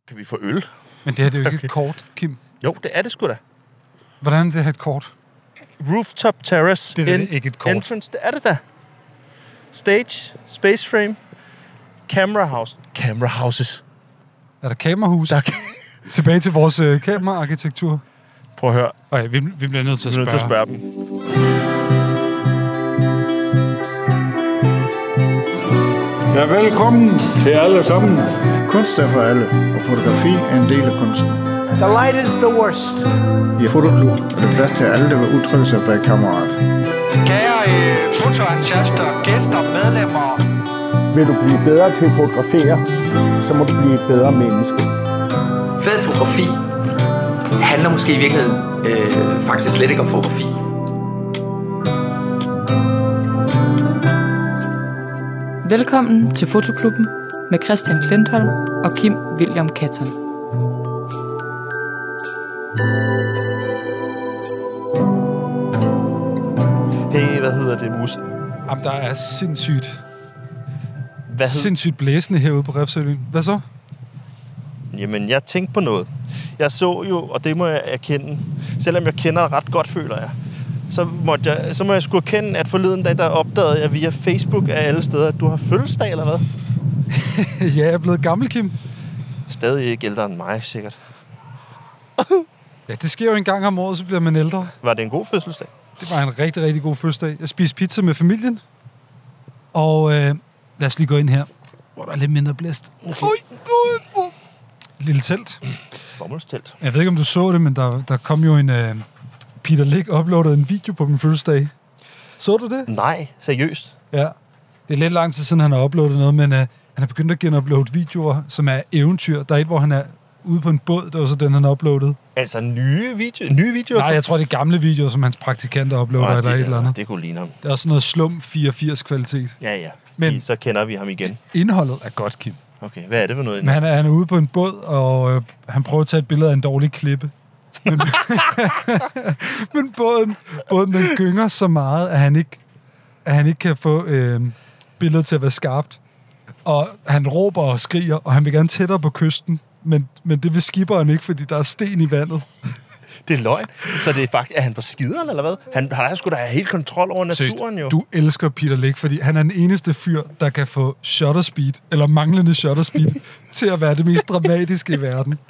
Kan vi få øl? Men det her, det er jo ikke et kort, Kim. Jo, det er det sgu da. Hvordan er det her et kort? Rooftop Terrace. Det er ikke et kort. Entrance, det er det da. Stage, space frame, camera house. Camera houses. Er der kamerahus? Tilbage til vores kameraarkitektur. Prøv at høre. Okay, vi bliver nødt til at spørge. dem. Ja, velkommen til alle sammen. Kunst er for alle, og fotografi er en del af kunsten. The light is the worst. I Fotoklub er der plads til alle, der vil udtrykke sig bag kameraet. Kære fotoentusiaster, gæster, medlemmer. Vil du blive bedre til at fotografere, så må du blive et bedre menneske. Fed fotografi handler måske i virkeligheden faktisk slet ikke om fotografi. Velkommen til Fotoklubben med Christian Klintholm og Kim William Katton. Hey, hvad hedder det, Musse? Jamen, der er sindssygt blæsende herude på Refsøen. Hvad så? Jamen, jeg tænkte på noget. Jeg så jo, og det må jeg erkende, selvom jeg kender det ret godt, føler jeg, så må jeg sgu erkende, at forleden dag, der opdagede jeg via Facebook af alle steder, at du har fødselsdag, eller hvad? Ja, jeg er blevet gammel, Kim. Stadig ikke ældre end mig, sikkert. Ja, det sker jo en gang om året, så bliver man ældre. Var det en god fødselsdag? Det var en rigtig, rigtig god fødselsdag. Jeg spiste pizza med familien. Og lad os lige gå ind her, hvor der er lidt mindre blæst. Okay. Lille telt. Bomuldstelt. Jeg ved ikke, om du så det, men der kom jo en... Peter Lik uploadede en video på min fødselsdag. Så du det? Nej, seriøst. Ja. Det er lidt lang tid siden, han har uploadet noget, men han har begyndt at genuploade videoer, som er eventyr. Der er et, hvor han er ude på en båd, det var så den, han uploadede. Altså nye videoer? Nej, jeg tror, det er gamle videoer, som hans praktikanter uploader, eller et eller andet. Det kunne ligne ham. Det er også noget slum 84-kvalitet. Ja. Men så kender vi ham igen. Indholdet er godt, Kim. Okay, hvad er det for noget? Men han er ude på en båd, og han prøver at tage et billede af en dårlig klippe. Men båden den gynger så meget, at han ikke kan få billedet til at være skarpt. Og han råber og skriger, og han vil gerne tættere på kysten. Men det vil skipperen ikke, fordi der er sten i vandet. Det er løgn. Så det er faktisk... Er han på skideren, eller hvad? Han har sgu da helt kontrol over naturen, jo. Du elsker Peter Lik, fordi han er den eneste fyr, der kan få shutter speed, eller manglende shutter speed, til at være det mest dramatiske i verden.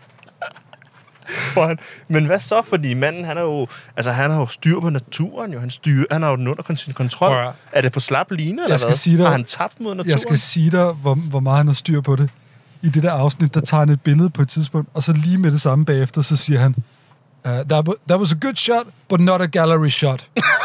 Men hvad så? Fordi manden, han har jo styr på naturen, jo. Han har jo den under sin kontrol. Prøv. Er det på slap line, eller hvad? Har han tabt mod naturen? Jeg skal sige dig, hvor meget han har styr på det. I det der afsnit, der tager han et billede på et tidspunkt, og så lige med det samme bagefter, så siger han, that was a good shot, but not a gallery shot.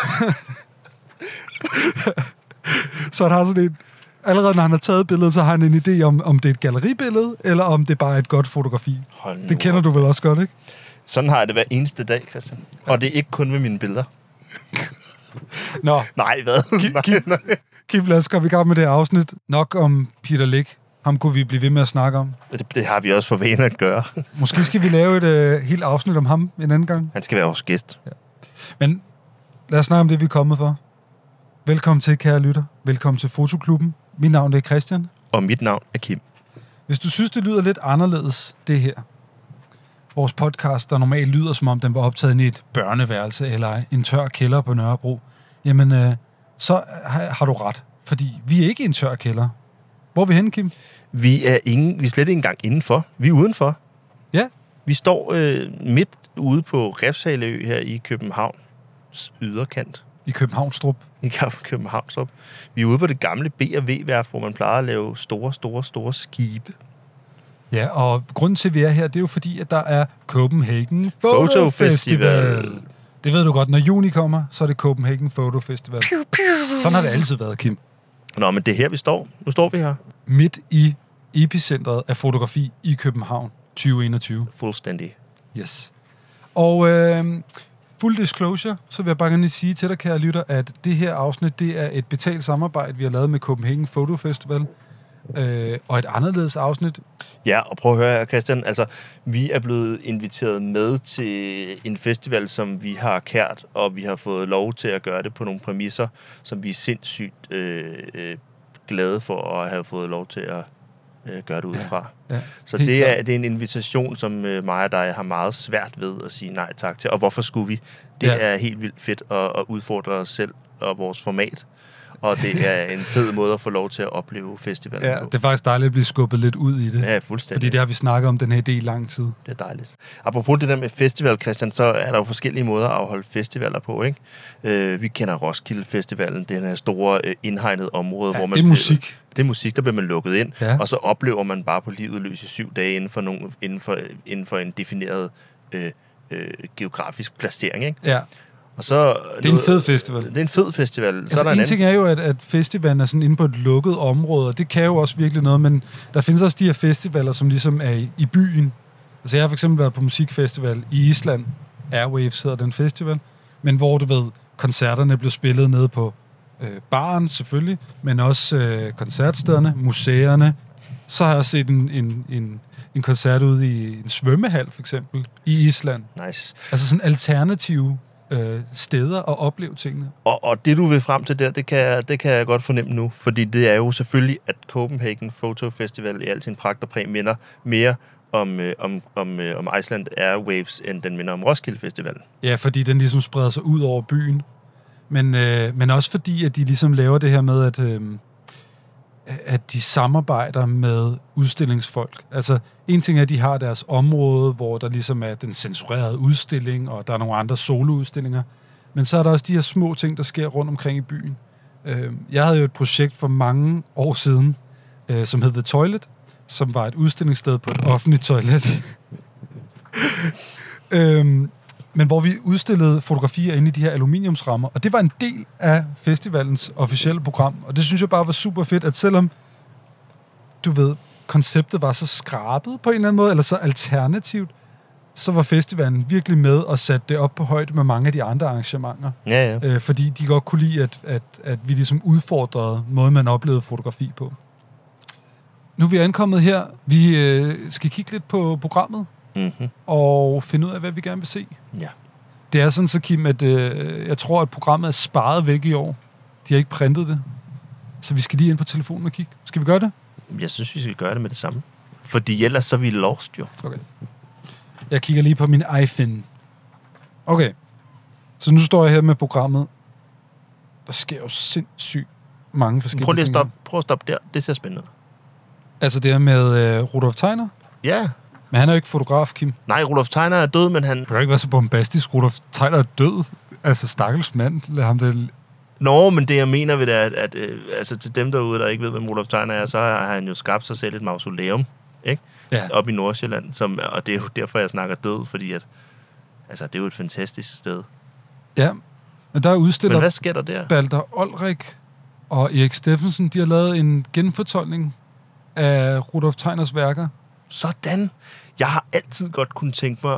Så han har sådan en... Allerede når han har taget billedet, så har han en idé om det er et galleribillede, eller om det bare er et godt fotografi. Det kender du vel også godt, ikke? Sådan har jeg det hver eneste dag, Christian. Og det er ikke kun med mine billeder. Nå. Nej, hvad? Kim, lad os komme i gang med det her afsnit. Nok om Peter Lik. Ham kunne vi blive ved med at snakke om. Det har vi også for vane at gøre. Måske skal vi lave et helt afsnit om ham en anden gang. Han skal være vores gæst. Ja. Men lad os snakke om det, vi er kommet for. Velkommen til, kære lytter. Velkommen til Fotoklubben. Mit navn er Christian. Og mit navn er Kim. Hvis du synes, det lyder lidt anderledes, det her. Vores podcast, der normalt lyder, som om den var optaget i et børneværelse eller en tør kælder på Nørrebro, jamen, så har du ret. Fordi vi er ikke i en tør kælder. Hvor er vi henne, Kim? Vi er slet ikke engang indenfor. Vi er udenfor. Ja. Vi står midt ude på Refshaleø her i Københavns yderkant. I Københavnstrup. I Københavnstrup. Vi er ude på det gamle B&V-værft, hvor man plejer at lave store skibe. Ja, og grunden til, at vi er her, det er jo fordi, at der er Copenhagen Photo Festival. Det ved du godt, når juni kommer, så er det Copenhagen Photo Festival. Sådan har det altid været, Kim. Nå, men det er her, vi står. Nu står vi her. Midt i epicentret af fotografi i København 2021. Fuldstændig. Yes. Og full disclosure, så vil jeg bare gerne sige til dig, kære lytter, at det her afsnit, det er et betalt samarbejde, vi har lavet med Copenhagen Photo Festival. Og et anderledes afsnit. Ja, og prøv at høre her, Christian. Altså, vi er blevet inviteret med til en festival, som vi har kært, og vi har fået lov til at gøre det på nogle præmisser, som vi er sindssygt glade for at have fået lov til gøre det ud fra. Ja, så helt det er klart. en invitation, som mig og dig har meget svært ved at sige nej tak til. Og hvorfor skulle vi? Det er helt vildt fedt at udfordre os selv og vores format. Og det er en fed måde at få lov til at opleve festivalen Ja, på. det er faktisk dejligt at blive skubbet lidt ud i det. Ja, fuldstændig. Fordi det har vi snakket om den her idé i lang tid. Det er dejligt. Apropos det der med festival, Christian, så er der jo forskellige måder at afholde festivaler på, ikke? Vi kender Roskilde Festivalen, den her store indhegnet område, hvor man... det er musik. Det er musik, der bliver man lukket ind, Ja. og så oplever man bare på livet løs i 7 dage inden for en defineret geografisk placering, ikke? Ja. Og så Det er en fed festival. Det er en fed festival. Altså, så er der en ting er jo, at festivalen er sådan inde på et lukket område, og det kan jo også virkelig noget, men der findes også de her festivaler, som ligesom er i byen. Altså, jeg har for eksempel været på musikfestival i Island. Airwaves hedder den festival. Men hvor, du ved, koncerterne blev spillet nede på baren, selvfølgelig, men også koncertstederne, museerne. Så har jeg set en koncert ude i en svømmehal, for eksempel, i Island. Nice. Altså sådan alternative steder at opleve tingene. Og det, du vil frem til der, det kan jeg godt fornemme nu, fordi det er jo selvfølgelig, at Copenhagen Photo Festival i al sin pragt og præg minder mere om Iceland Airwaves, end den minder om Roskilde Festival. Ja, fordi den ligesom spreder sig ud over byen. Men også fordi, at de ligesom laver det her med, at de samarbejder med udstillingsfolk. Altså, en ting er, at de har deres område, hvor der ligesom er den censurerede udstilling, og der er nogle andre soloudstillinger. Men så er der også de her små ting, der sker rundt omkring i byen. Jeg havde jo et projekt for mange år siden, som hed The Toilet, som var et udstillingssted på et offentligt toilet. Men hvor vi udstillede fotografier inde i de her aluminiumsrammer, og det var en del af festivalens officielle program, og det synes jeg bare var super fedt, at selvom, du ved, konceptet var så skrabet på en eller anden måde, eller så alternativt, så var festivalen virkelig med og satte det op på højde med mange af de andre arrangementer. Ja. Fordi de godt kunne lide, at vi ligesom udfordrede måden, man oplevede fotografi på. Nu er vi ankommet her. Vi skal kigge lidt på programmet, og finde ud af, hvad vi gerne vil se. Ja. Det er sådan så, Kim, at jeg tror, at programmet er sparet væk i år. De har ikke printet det. Så vi skal lige ind på telefonen og kigge. Skal vi gøre det? Jeg synes, vi skal gøre det med det samme. Fordi ellers så er vi lost jo. Okay. Jeg kigger lige på min iPhone. Okay. Så nu står jeg her med programmet. Der sker jo sindssygt mange forskellige Prøv lige ting. prøv at stoppe der. Det ser spændende ud. Altså det her med Rudolf Tegner. Ja. Men han er jo ikke fotograf, Kim. Nej, Rudolf Tegner er død, men han... Det kan jo ikke være så bombastisk. Rudolf Tegner er død. Altså, stakkels mand. Lad ham det... Nå, men det jeg mener ved det er, at altså, til dem derude, der ikke ved, hvem Rudolf Tegner er, så har han jo skabt sig selv et mausoleum, ikke? Ja. Op i Nordsjælland, og det er jo derfor, jeg snakker død, fordi at, altså, det er jo et fantastisk sted. Ja, men der er udstiller Men hvad sker der der? Balder Olrik og Erik Steffensen, de har lavet en genfortolkning af Rudolf Tegners værker. Sådan. Jeg har altid godt kunne tænke mig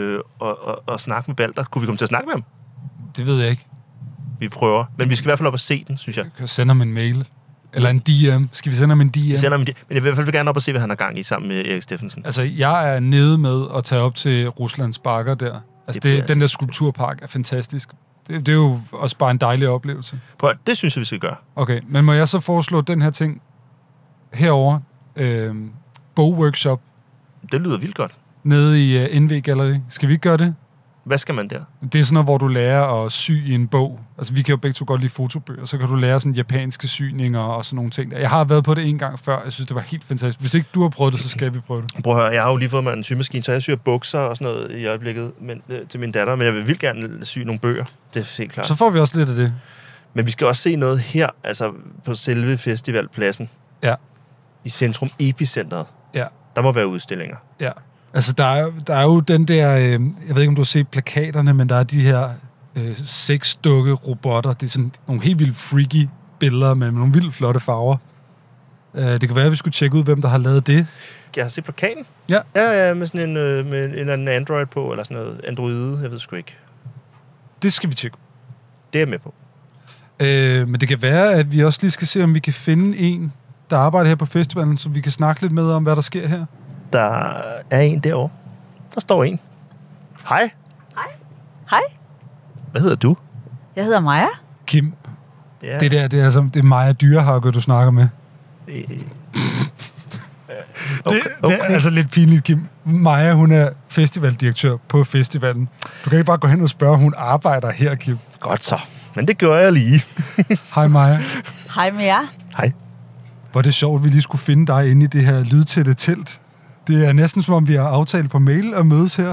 at snakke med Balder. Kunne vi komme til at snakke med ham? Det ved jeg ikke. Vi prøver. Men vi skal i hvert fald op og se den, synes jeg. Jeg kan sende ham en mail. Eller en DM. Skal vi sende ham en DM? Vi sender ham, men jeg vil i hvert fald gerne op og se, hvad han har gang i sammen med Erik Steffensen. Altså, jeg er nede med at tage op til Ruslands Bakker der. Altså, den der skulpturpark er fantastisk. Det er jo også bare en dejlig oplevelse. Prøv, det synes jeg, vi skal gøre. Okay, men må jeg så foreslå den her ting herover bogworkshop Det lyder vildt godt. nede i NV Gallery. Skal vi ikke gøre det? Hvad skal man der? Det er sådan noget, hvor du lærer at sy i en bog. Altså, vi kan jo begge to godt lide fotobøger. Så kan du lære sådan japanske syninger og sådan nogle ting. Jeg har været på det en gang før. Jeg synes, det var helt fantastisk. Hvis ikke du har prøvet det, så skal vi prøve det. Prøv at høre, jeg har jo lige fået mig en symaskine, så jeg syr bukser og sådan noget i øjeblikket til min datter, men jeg vil vildt gerne sy nogle bøger. Det er helt klart. Så får vi også lidt af det. Men vi skal også se noget her, altså på selve festivalpladsen. Ja. I centrum Epicentret. Ja. Der må være udstillinger. Ja. Altså, der er jo den der... jeg ved ikke, om du har set plakaterne, men der er de her 6 dukke-robotter. Det er sådan nogle helt vildt freaky billeder med nogle vildt flotte farver. Det kan være, at vi skulle tjekke ud, hvem der har lavet det. Kan jeg se plakaten? Ja. Ja, med sådan en Android på, eller sådan noget. Android, jeg ved sgu ikke. Det skal vi tjekke. Det er jeg med på. Men det kan være, at vi også lige skal se, om vi kan finde en, der arbejder her på festivalen, så vi kan snakke lidt med om, hvad der sker her. Der er en derovre. Der står en. Hej. Hej, Hvad hedder du? jeg hedder Maja. Kim, Ja. det er Maja Dyrehakker, du snakker med. Det er altså lidt pinligt, Kim. Maja, hun er festivaldirektør på festivalen. Du kan ikke bare gå hen og spørge, om hun arbejder her, Kim. Godt så. Men det gør jeg lige. Hej Maja. Hej med jer. Hej. Hvor er det sjovt, at vi lige skulle finde dig inde i det her lydtætte telt. Det er næsten som om, vi har aftalt på mail at mødes her.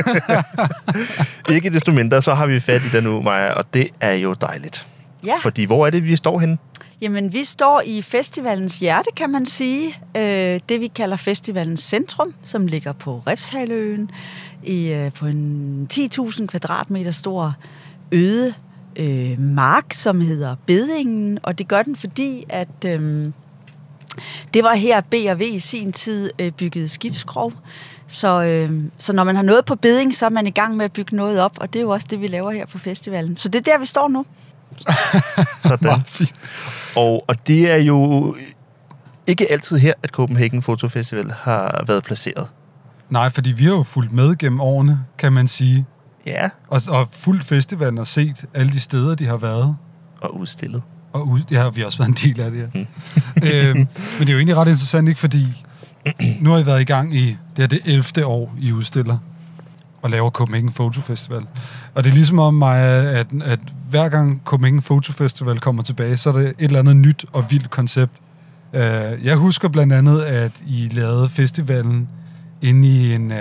Ikke desto mindre, så har vi fat i den nu, Maja, og det er jo dejligt. Ja. Fordi hvor er det, vi står henne? Jamen, vi står i festivalens hjerte, kan man sige. Det, vi kalder festivalens centrum, som ligger på Refshaleøen, på en 10.000 kvadratmeter stor øde mark, som hedder Bedingen. Og det gør den, fordi at det var her B&V i sin tid byggede skibskrog. Så når man har noget på beding, så er man i gang med at bygge noget op, og det er jo også det, vi laver her på festivalen. Så det er der, vi står nu. Sådan. Og det er jo ikke altid her, at Copenhagen Photo Festival har været placeret. Nej, fordi vi har jo fulgt med gennem årene, kan man sige. Ja. Og fulgt festivalen og set alle de steder, de har været. Og udstillet. Det har vi også været en del af det her. Men det er jo egentlig ret interessant, ikke? Fordi nu har I været i gang i det 11. år, I udstiller og laver Copenhagen Photo Festival. Og det er ligesom om mig, at hver gang Copenhagen Photo Festival kommer tilbage, så er det et eller andet nyt og vildt koncept. Jeg husker blandt andet, at I lavede festivalen inde i en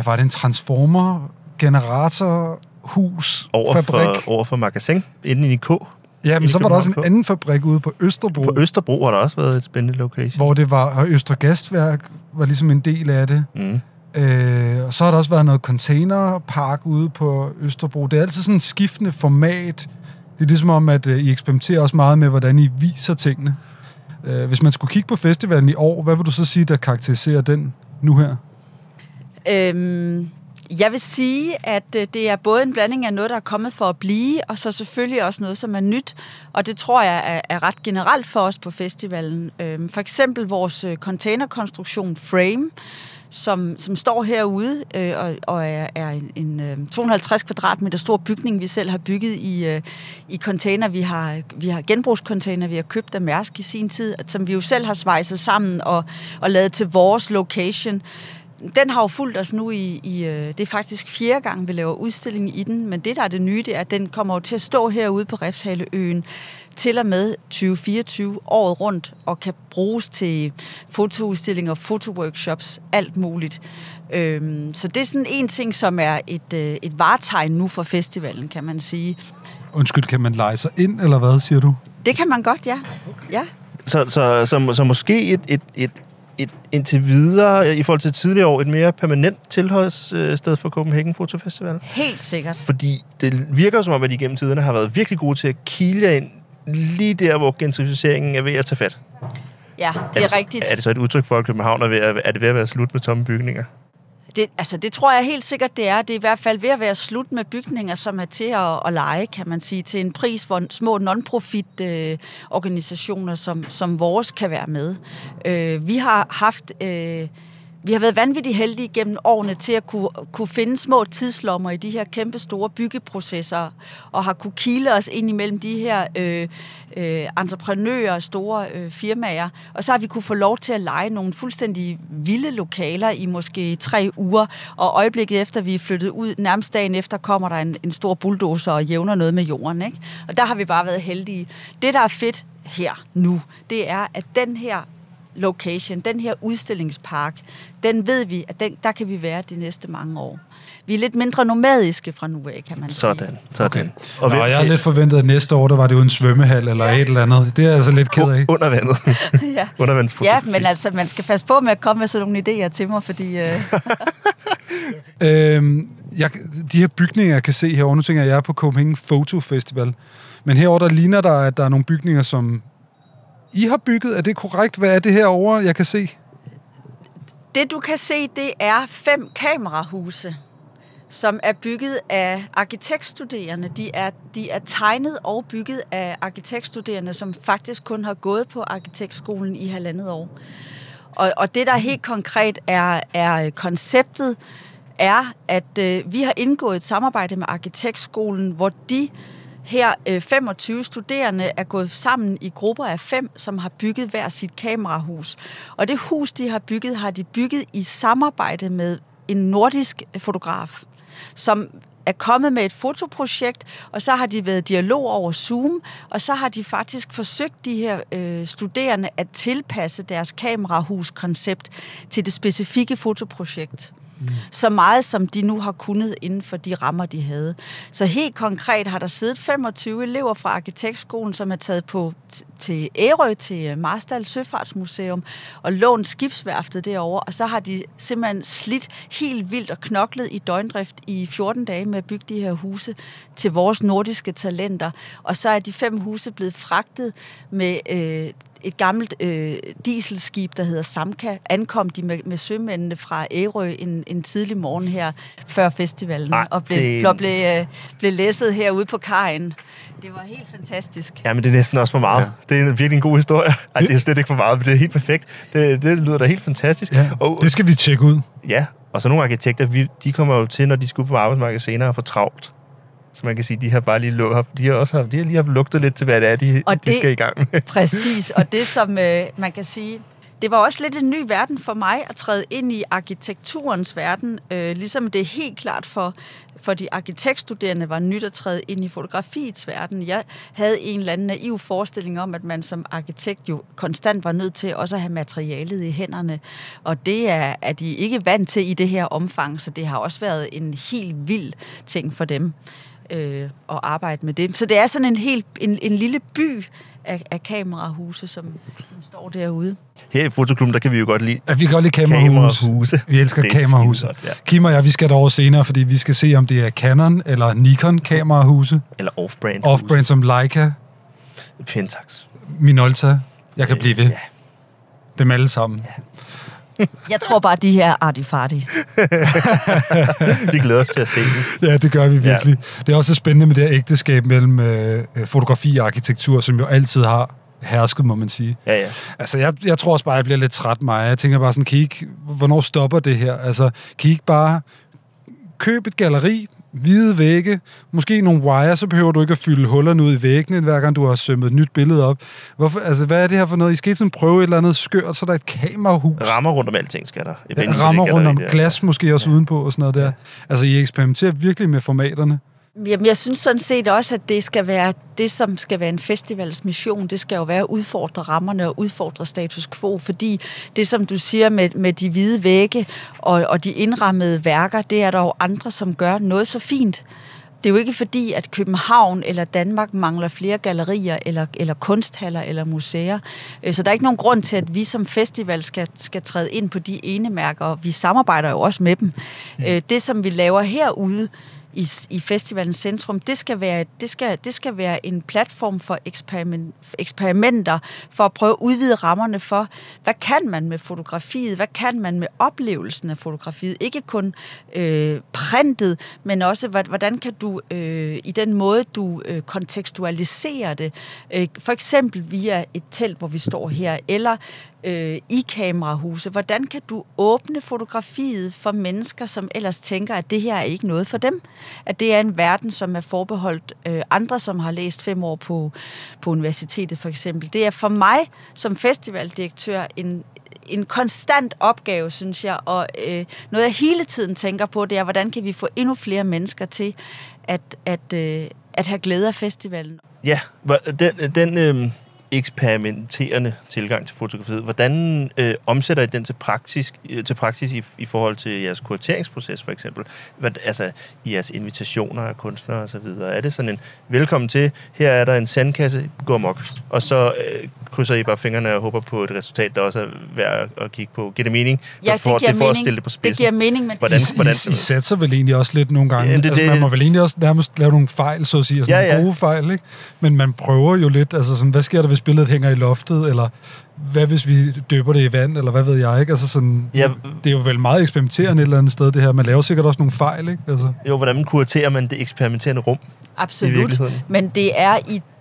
transformer-generatorhus, fabrik. Over for Magasin, inde i K. Ja, men så var der også en anden fabrik ude på Østerbro. På Østerbro har der også været et spændende location. Hvor det var, og Østre Gastværk var ligesom en del af det. Mm. Og så har der også været noget containerpark ude på Østerbro. Det er altid sådan en skiftende format. Det er ligesom om, at I eksperimenterer også meget med, hvordan I viser tingene. Hvis man skulle kigge på festivalen i år, hvad vil du så sige, der karakteriserer den nu her? Jeg vil sige, at det er både en blanding af noget, der er kommet for at blive, og så selvfølgelig også noget, som er nyt. Og det tror jeg er ret generelt for os på festivalen. For eksempel vores containerkonstruktion Frame, som står herude og er en 250 kvadratmeter stor bygning, vi selv har bygget i container. Vi har genbrugscontainer, vi har købt af Mærsk i sin tid, som vi jo selv har svejset sammen og lavet til vores location. Den har jo fulgt os nu det er faktisk 4. gang, vi laver udstilling i den, men det, der er det nye, det er, at den kommer jo til at stå herude på Refshaleøen til og med 2024 året rundt, og kan bruges til fotoudstillinger, fotoworkshops, alt muligt. Så det er sådan en ting, som er et varetegn nu for festivalen, kan man sige. Undskyld, kan man leje sig ind, eller hvad siger du? Det kan man godt, ja. Ja. Så måske et indtil videre, i forhold til tidligere år, et mere permanent tilholdssted for Copenhagen Photo Festival? Helt sikkert. Fordi det virker som om, at de gennem tiderne har været virkelig gode til at kile ind lige der, hvor gentrificeringen er ved at tage fat. Ja, det er rigtigt. Er det så et udtryk for, at København er det ved at være slut med tomme bygninger? Det tror jeg helt sikkert, det er. Det er i hvert fald ved at være slut med bygninger, som er til at leje, kan man sige, til en pris, hvor små non-profit organisationer som vores kan være med. Vi har været vanvittigt heldige gennem årene til at kunne finde små tidslommer i de her kæmpe store byggeprocesser, og har kunne kile os ind imellem de her entreprenører, store firmaer, og så har vi kunne få lov til at leje nogle fuldstændig vilde lokaler i måske 3 uger, og øjeblikket efter vi er flyttet ud, nærmest dagen efter, kommer der en stor bulldozer og jævner noget med jorden, ikke? Og der har vi bare været heldige. Det, der er fedt her nu, det er, at den her location, den her udstillingspark, den ved vi, at der kan vi være de næste mange år. Vi er lidt mindre nomadiske fra nu af, kan man sige. Sådan. Okay. Og jeg har lidt forventet, at næste år, der var det jo en svømmehal eller et eller andet. Det er altså lidt ked af. Under vandet. Ja. Undervandsfotografi. Ja, men altså, man skal passe på med at komme med sådan nogle idéer til mig, fordi... de her bygninger, jeg kan se herovre, nu tænker jeg er på Copenhagen Photo Festival, men herovre, der ligner der, at der er nogle bygninger, som I har bygget. Er det korrekt? Hvad er det herovre, jeg kan se? Det, du kan se, det er 5 kamerahuse, som er bygget af arkitektstuderende. De er tegnet og bygget af arkitektstuderende, som faktisk kun har gået på arkitektskolen i 1,5 år. Og det, der helt konkret er konceptet, er, at vi har indgået et samarbejde med arkitektskolen, hvor de Her 25 studerende er gået sammen i grupper af 5, som har bygget hver sit kamerahus. Og det hus, de har de bygget i samarbejde med en nordisk fotograf, som er kommet med et fotoprojekt, og så har de været i dialog over Zoom, og så har de faktisk forsøgt, de her studerende, at tilpasse deres kamerahus-koncept til det specifikke fotoprojekt. Så meget, som de nu har kunnet inden for de rammer, de havde. Så helt konkret har der siddet 25 elever fra Arkitektskolen, som er taget på til Ærø, til Marstal Søfartsmuseum, og lånt skibsværftet derovre, og så har de simpelthen slidt helt vildt og knoklet i døgndrift i 14 dage med at bygge de her huse til vores nordiske talenter. Og så er de 5 huse blevet fragtet med et gammelt dieselskib, der hedder Samka, ankom de med sømændene fra Ærø en tidlig morgen her før festivalen, og blev læsset herude på kajen. Det var helt fantastisk. Ja, men det er næsten også for meget. Ja. Det er virkelig en god historie. Ej, det er slet ikke for meget, men det er helt perfekt. Det lyder da helt fantastisk. Ja, og det skal vi tjekke ud. Ja, og så nogle arkitekter, de kommer jo til, når de skal ud på arbejdsmarkedet senere, for travlt. Så man kan sige, de har bare lige lige haft lugtet lidt til, hvad det er, de skal i gang med. Præcis, og det som man kan sige, det var også lidt en ny verden for mig at træde ind i arkitekturens verden, ligesom det er helt klart for de arkitektstuderende var nyt at træde ind i fotografiets verden. Jeg havde en eller anden naiv forestilling om, at man som arkitekt jo konstant var nødt til også at have materialet i hænderne, og det er de ikke vant til i det her omfang, så det har også været en helt vild ting for dem at arbejde med det. Så det er sådan en lille by af kamerahuse, som står derude. Her i Fotoklubben, der kan vi jo godt lide... Ja, vi kan godt lide kamerahuse. Vi elsker kamerahuse. Ja. Kim og jeg, vi skal derover senere, fordi vi skal se, om det er Canon eller Nikon kamerahuse. Eller off-brand. Off-brand som Leica. Pentax. Minolta. Jeg kan blive ved. Ja. Dem alle sammen. Ja. Jeg tror bare, de her artifartige. Vi glæder os til at se dem. Ja, det gør vi virkelig. Ja. Det er også spændende med det her ægteskab mellem fotografi og arkitektur, som jo altid har hersket, må man sige. Ja, ja. Altså, jeg tror også bare, jeg bliver lidt træt, Maja. Jeg tænker bare sådan, hvornår stopper det her? Altså, kan I ikke bare købe et galleri, hvide vægge, måske nogle wire, så behøver du ikke at fylde hullerne ud i væggene, hver gang du har sømmet et nyt billede op. Hvorfor, altså, hvad er det her for noget? I skal sådan prøve et eller andet skørt, så er der et kamerahus. Rammer rundt om alting skal der. Rammer rundt om glas måske også udenpå og sådan noget der. Ja. Altså, I eksperimenterer virkelig med formaterne. Jamen, jeg synes sådan set også, at det skal være det, som skal være en festivals mission. Det skal jo være at udfordre rammerne og udfordre status quo, fordi det, som du siger med de hvide vægge og de indrammede værker, det er der jo andre, som gør noget så fint. Det er jo ikke fordi, at København eller Danmark mangler flere gallerier eller kunsthaller eller museer. Så der er ikke nogen grund til, at vi som festival skal træde ind på de enemærker, og vi samarbejder jo også med dem. Det, som vi laver herude, i festivalens centrum, det skal være en platform for eksperimenter, for at prøve at udvide rammerne for, hvad kan man med fotografiet, hvad kan man med oplevelsen af fotografiet, ikke kun printet, men også, hvordan kan du i den måde, du kontekstualiserer det, for eksempel via et telt, hvor vi står her, eller i kamerahuse. Hvordan kan du åbne fotografiet for mennesker, som ellers tænker, at det her er ikke noget for dem? At det er en verden, som er forbeholdt andre, som har læst 5 år på universitetet, for eksempel. Det er for mig som festivaldirektør en konstant opgave, synes jeg, og noget jeg hele tiden tænker på, det er, hvordan kan vi få endnu flere mennesker til at have glæde af festivalen? Ja, den eksperimenterende tilgang til fotografiet. Hvordan omsætter I den til praksis i forhold til jeres kurateringsproces, for eksempel? Altså, i jeres invitationer af kunstnere og så videre. Er det sådan en, velkommen til, her er der en sandkasse, gå amok, og så krydser I bare fingrene og håber på et resultat, der også er værd at kigge på. Giver det mening? Ja, det giver mening. At stille det på spidsen. Det giver mening, men... Hvordan I satser vel egentlig også lidt nogle gange. Ja, altså, man må vel egentlig også nærmest lave nogle fejl, så at sige, og sådan nogle gode fejl, ikke? Men man prøver jo lidt, altså sådan, hvad sker der, hvis billedet hænger i loftet, eller hvad hvis vi døber det i vand, eller hvad ved jeg, ikke? Altså sådan, det er jo vel meget eksperimenterende et eller andet sted, det her. Man laver sikkert også nogle fejl, ikke? Altså. Jo, hvordan kuraterer man det eksperimenterende rum? Absolut, men det er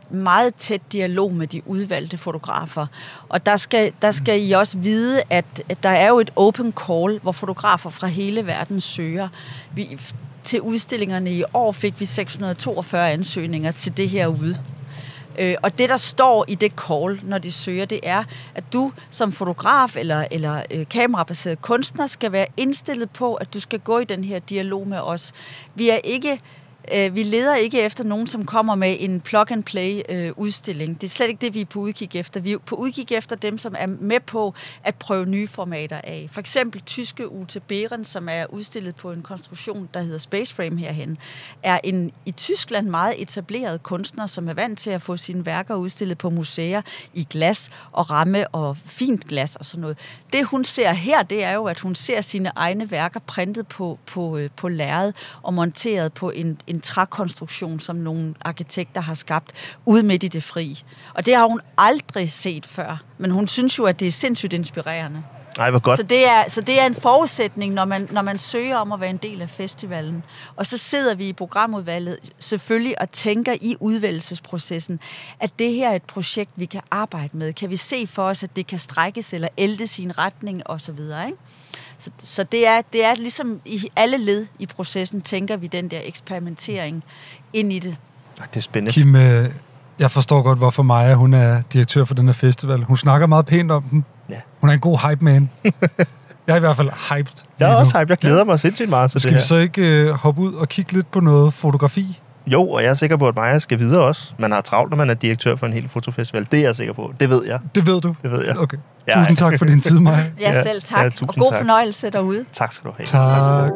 meget tæt dialog med de udvalgte fotografer. Og der skal I også vide, at der er jo et open call, hvor fotografer fra hele verden søger. Til udstillingerne i år fik vi 642 ansøgninger til det her ude. Og det, der står i det call, når de søger, det er, at du som fotograf eller kamerabaseret kunstner skal være indstillet på, at du skal gå i den her dialog med os. Vi leder ikke efter nogen, som kommer med en plug-and-play udstilling. Det er slet ikke det, vi er på udkig efter. Vi er på udkig efter dem, som er med på at prøve nye formater af. For eksempel tyske Ute Behren, som er udstillet på en konstruktion, der hedder Space Frame herhen, er en i Tyskland meget etableret kunstner, som er vant til at få sine værker udstillet på museer i glas og ramme og fint glas og sådan noget. Det, hun ser her, det er jo, at hun ser sine egne værker printet på lærred og monteret på en trækonstruktion, som nogle arkitekter har skabt ude midt i det fri. Og det har hun aldrig set før. Men hun synes jo, at det er sindssygt inspirerende. Ej, hvor godt. Så det er en forudsætning, når man søger om at være en del af festivalen. Og så sidder vi i programudvalget selvfølgelig og tænker i udvælgelsesprocessen, at det her er et projekt, vi kan arbejde med. Kan vi se for os, at det kan strækkes eller ældes i en retning osv., ikke? Så det er ligesom i alle led i processen, tænker vi den der eksperimentering ind i det. Det er spændende. Kim, jeg forstår godt, hvorfor Maja, hun er direktør for den her festival. Hun snakker meget pænt om den. Ja. Hun er en god hype man. Jeg er i hvert fald hyped. Jeg er også hyped. Jeg glæder mig sindssygt meget til det her. Skal vi så ikke hoppe ud og kigge lidt på noget fotografi? Jo, og jeg er sikker på, at Maja skal videre også. Man har travlt, når man er direktør for en hel fotofestival. Det er jeg sikker på. Det ved jeg. Det ved du? Det ved jeg. Okay. Tusind tak for din tid, Maja. Ja, selv tak. Ja, og god fornøjelse derude. Tak skal du have. Tak.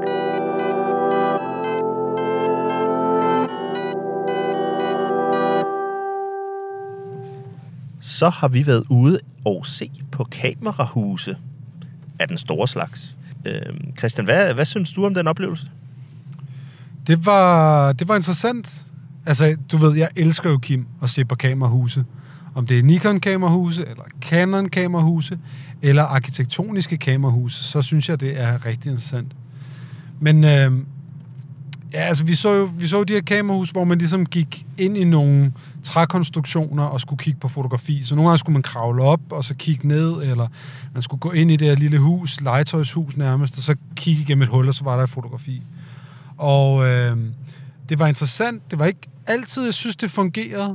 Så har vi været ude og se på kamerahuse af den store slags. Christian, hvad synes du om den oplevelse? Det var interessant. Altså, du ved, jeg elsker jo, Kim, at se på kamerahuse. Om det er Nikon-kamerahuse, eller Canon-kamerahuse, eller arkitektoniske kamerahuse, så synes jeg, det er rigtig interessant. Men altså, vi så jo de her kamerahuse, hvor man ligesom gik ind i nogle trækonstruktioner og skulle kigge på fotografi. Så nogle gange skulle man kravle op og så kigge ned, eller man skulle gå ind i det her lille hus, legetøjshus nærmest, og så kigge igennem et hul, og så var der et fotografi. Og det var interessant. Det var ikke altid, jeg synes, det fungerede.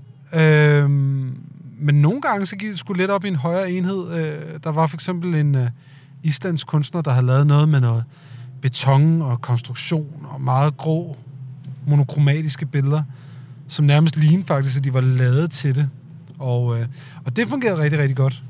Men nogle gange, så gik det sgu lidt op i en højere enhed. Der var for eksempel en islandsk kunstner, der havde lavet noget med noget beton og konstruktion og meget grå, monokromatiske billeder, som nærmest lignede faktisk, at de var lavet til det. Og det fungerede rigtig, rigtig godt.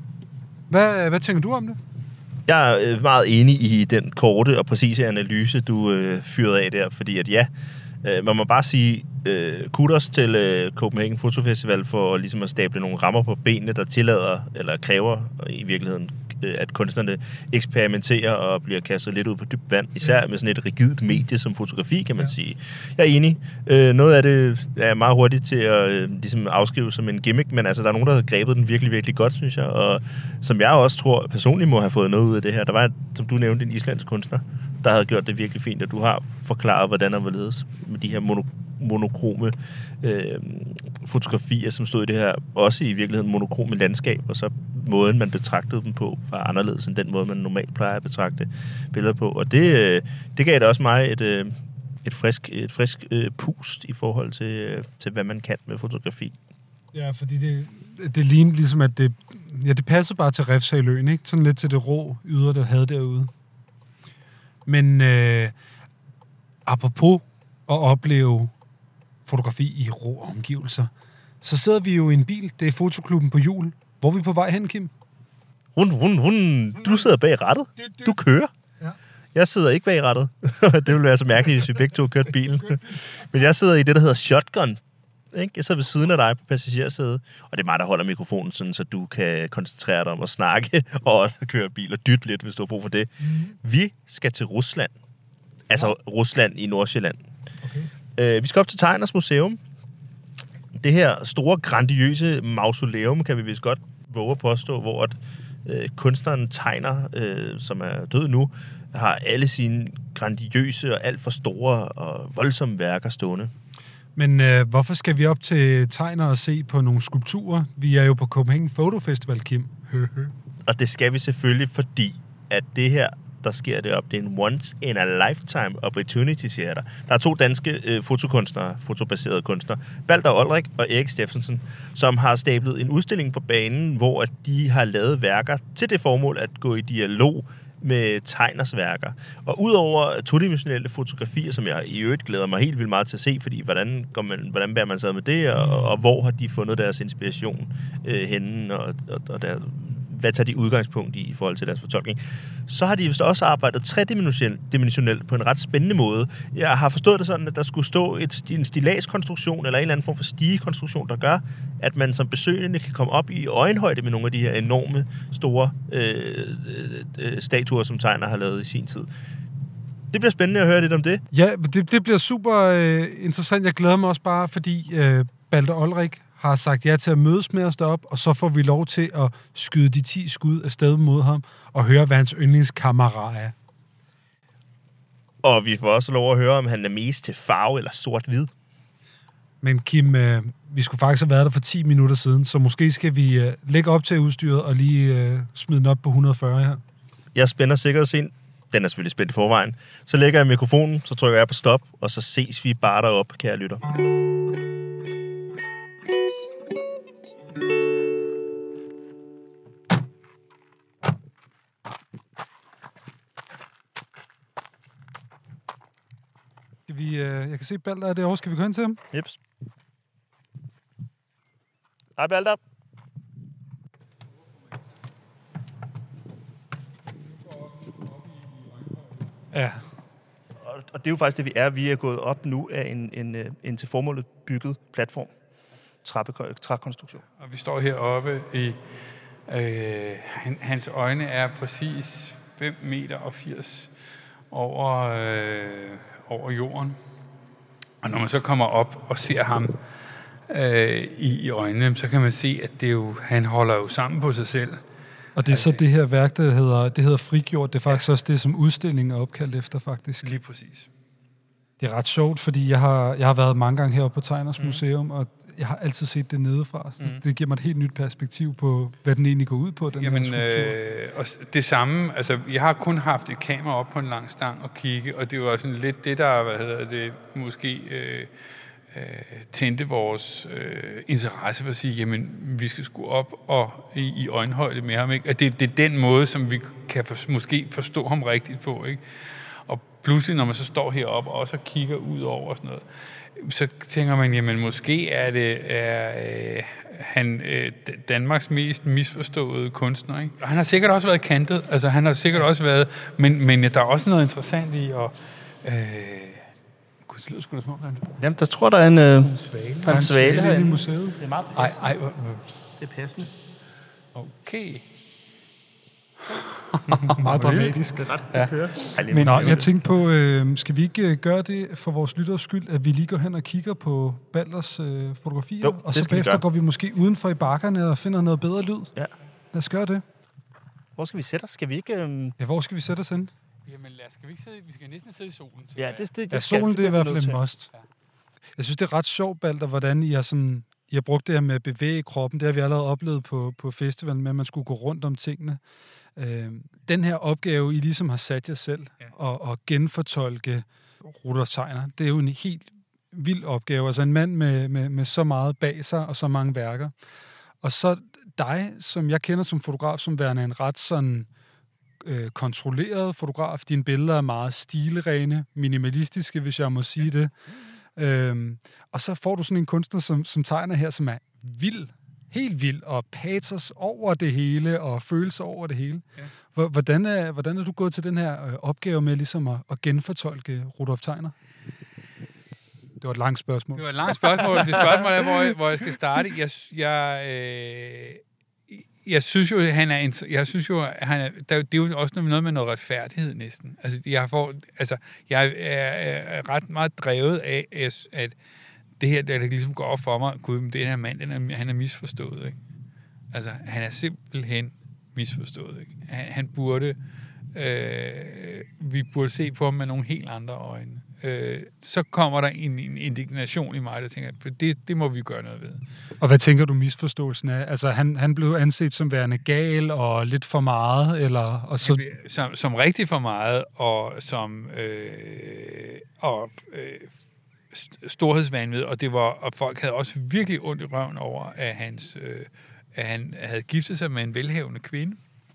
Hvad tænker du om det? Jeg er meget enig i den korte og præcise analyse, du fyrede af der, fordi at man må bare sige kudos til Copenhagen Fotofestival for ligesom at stable nogle rammer på benene, der tillader, eller kræver i virkeligheden, at kunstnerne eksperimenterer og bliver kastet lidt ud på dybt vand, især med sådan et rigidt medie som fotografi, kan man sige. Jeg er enig. Noget af det er meget hurtigt til at ligesom afskrive som en gimmick, men altså, der er nogen, der har grebet den virkelig, virkelig godt, synes jeg, og som jeg også tror personligt må have fået noget ud af det her. Der var, som du nævnte, en islandsk kunstner, der havde gjort det virkelig fint, at du har forklaret, hvordan og hvorledes med de her monokrome fotografier, som stod i det her, også i virkeligheden monokrome landskab, og så måden, man betragtede dem på, var anderledes end den måde, man normalt plejer at betragte billeder på. Og det gav da også mig et frisk pust i forhold til, hvad man kan med fotografi. Ja, fordi det lignede ligesom, at det passede bare til Refshaleøen, ikke? Sådan lidt til det rå yder, der havde derude. Men apropos at opleve fotografi i rå omgivelser, så sidder vi jo i en bil. Det er Fotoklubben på hjul. Hvor er vi på vej hen, Kim? Rund. Du sidder bag rattet. Du kører. Ja. Jeg sidder ikke bag rattet. Det ville være så mærkeligt, hvis vi begge to kørte bilen. Men jeg sidder i det, der hedder shotgun. Ikke? Jeg sidder ved siden af dig på passagersædet, og det er mig, der holder mikrofonen, sådan, så du kan koncentrere dig om at snakke og også køre bil og dytte lidt, hvis du har brug for det. Vi skal til Rusland. Altså Rusland i Nordsjælland. Okay. Vi skal op til Tegners Museum. Det her store, grandiøse mausoleum, kan vi vist godt våge at påstå, hvor at, kunstneren Tegner, som er død nu, har alle sine grandiøse og alt for store og voldsomme værker stående. Men hvorfor skal vi op til Tegner og se på nogle skulpturer? Vi er jo på Copenhagen Photo Festival, Kim. Og det skal vi selvfølgelig, fordi at det her, der sker det op, det er en once-in-a-lifetime opportunity, siger der. Der er 2 danske fotokunstnere, fotobaserede kunstnere, Balder Olrik og Erik Steffensen, som har stablet en udstilling på banen, hvor at de har lavet værker til det formål at gå i dialog med Tegners værker. Og udover todimensionelle fotografier, som jeg i øvrigt glæder mig helt vildt meget til at se, fordi hvordan bærer man sig med det, og hvor har de fundet deres inspiration henne, og hvad tager de udgangspunkt i forhold til deres fortolkning, så har de vist også arbejdet tredimensionelt på en ret spændende måde. Jeg har forstået det sådan, at der skulle stå en stilladskonstruktion, eller en eller anden form for stigekonstruktion, der gør, at man som besøgende kan komme op i øjenhøjde med nogle af de her enorme, store statuer, som Tegner har lavet i sin tid. Det bliver spændende at høre lidt om det. Ja, det bliver super interessant. Jeg glæder mig også bare, fordi Balder Olrik har sagt ja til at mødes med os derop, og så får vi lov til at skyde de 10 skud afsted mod ham, og høre, hvad hans yndlingskamera er. Og vi får også lov at høre, om han er mest til farve eller sort-hvid. Men Kim, vi skulle faktisk have været der for 10 minutter siden, så måske skal vi lægge op til udstyret og lige smide den op på 140 her. Jeg spænder sikkerhedsscenen. Den er selvfølgelig spændt i forvejen. Så lægger jeg mikrofonen, så trykker jeg på stop, og så ses vi bare deroppe, kære lytter. Jeg kan se, Balder er derovre. Skal vi gå hen til ham? Jeps. Hej, Balder. Ja. Og det er jo faktisk det, vi er. Vi er gået op nu af en til formålet bygget platform. Trækonstruktion. Og vi står heroppe i... hans øjne er præcis 5 meter og 80 over jorden. Og når man så kommer op og ser ham i øjnene, så kan man se, at det jo, han holder jo sammen på sig selv. Og det er så det her værk, det hedder Frigjort. Det er faktisk også det, som udstillingen er opkaldt efter, faktisk. Lige præcis. Det er ret sjovt, fordi jeg har været mange gange heroppe på Tegners Museum, og jeg har altid set det nedefra. Det giver mig et helt nyt perspektiv på, hvad den egentlig går ud på, den her skulptur. Og det samme, altså jeg har kun haft et kamera op på en lang stang og kigge, og det var sådan lidt det, der, måske tændte vores interesse for at sige, jamen vi skal sgu op og i øjenhøjde med ham, ikke? At det er den måde, som vi kan måske forstå ham rigtigt på, ikke? Og pludselig, når man så står heroppe og også kigger ud over sådan noget, så tænker man, jamen måske er han Danmarks mest misforståede kunstner, ikke? Og han har sikkert også været kantet, altså han har sikkert også været, men der er også noget interessant i at... det lyder sgu da smukt. Jamen, der tror der er en svale herinde i museet. Det er meget passende. Det er passende. Okay. Meget dramatisk. Det er ret ja. Men jeg tænkte på, skal vi ikke gøre det for vores lytteres skyld, at vi lige går hen og kigger på Balders fotografier, jo, og så bagefter går vi måske udenfor i bakkerne og finder noget bedre lyd? Ja. Lad os gøre det. Hvor skal vi sætte os? Skal vi ikke... Ja, hvor skal vi sætte os hen? Jamen skal vi ikke sidde? Vi skal næsten sidde i solen. Ja, solen det er i hvert fald en must. Ja. Jeg synes, det er ret sjovt, Balder, hvordan I har brugt det her med at bevæge kroppen. Det har vi allerede oplevet på festivalen med, at man skulle gå rundt om tingene. Den her opgave, I ligesom har sat jer selv, og genfortolke Rudolf Tegner, det er jo en helt vild opgave. Altså en mand med så meget bag sig, og så mange værker. Og så dig, som jeg kender som fotograf, som værende en ret sådan kontrolleret fotograf. Dine billeder er meget stilrene, minimalistiske, hvis jeg må sige det. Og så får du sådan en kunstner som Tegner her, som er vild, helt vild, og patos over det hele, og følelser over det hele. Ja. Hvordan er du gået til den her opgave med ligesom at genfortolke Rudolf Tegner? Det var et langt spørgsmål. Det var et langt spørgsmål. Det spørgsmål er, hvor jeg skal starte. Jeg synes jo, han er, det er jo også noget med noget retfærdighed næsten. Altså, jeg er ret meget drevet af, at det her, der ligesom går op for mig, gud, men den her mand, han er misforstået, ikke? Altså, han er simpelthen misforstået, ikke? Han burde, vi burde se på ham med nogle helt andre øjne. så kommer der en indignation i mig, der tænker, det må vi gøre noget ved. Og hvad tænker du misforståelsen af? Altså, han blev anset som værende gal og lidt for meget, eller... Og så... som rigtig for meget, og som... storhedsvanvid, og folk havde også virkelig ondt i røven over, at han havde giftet sig med en velhavende kvinde.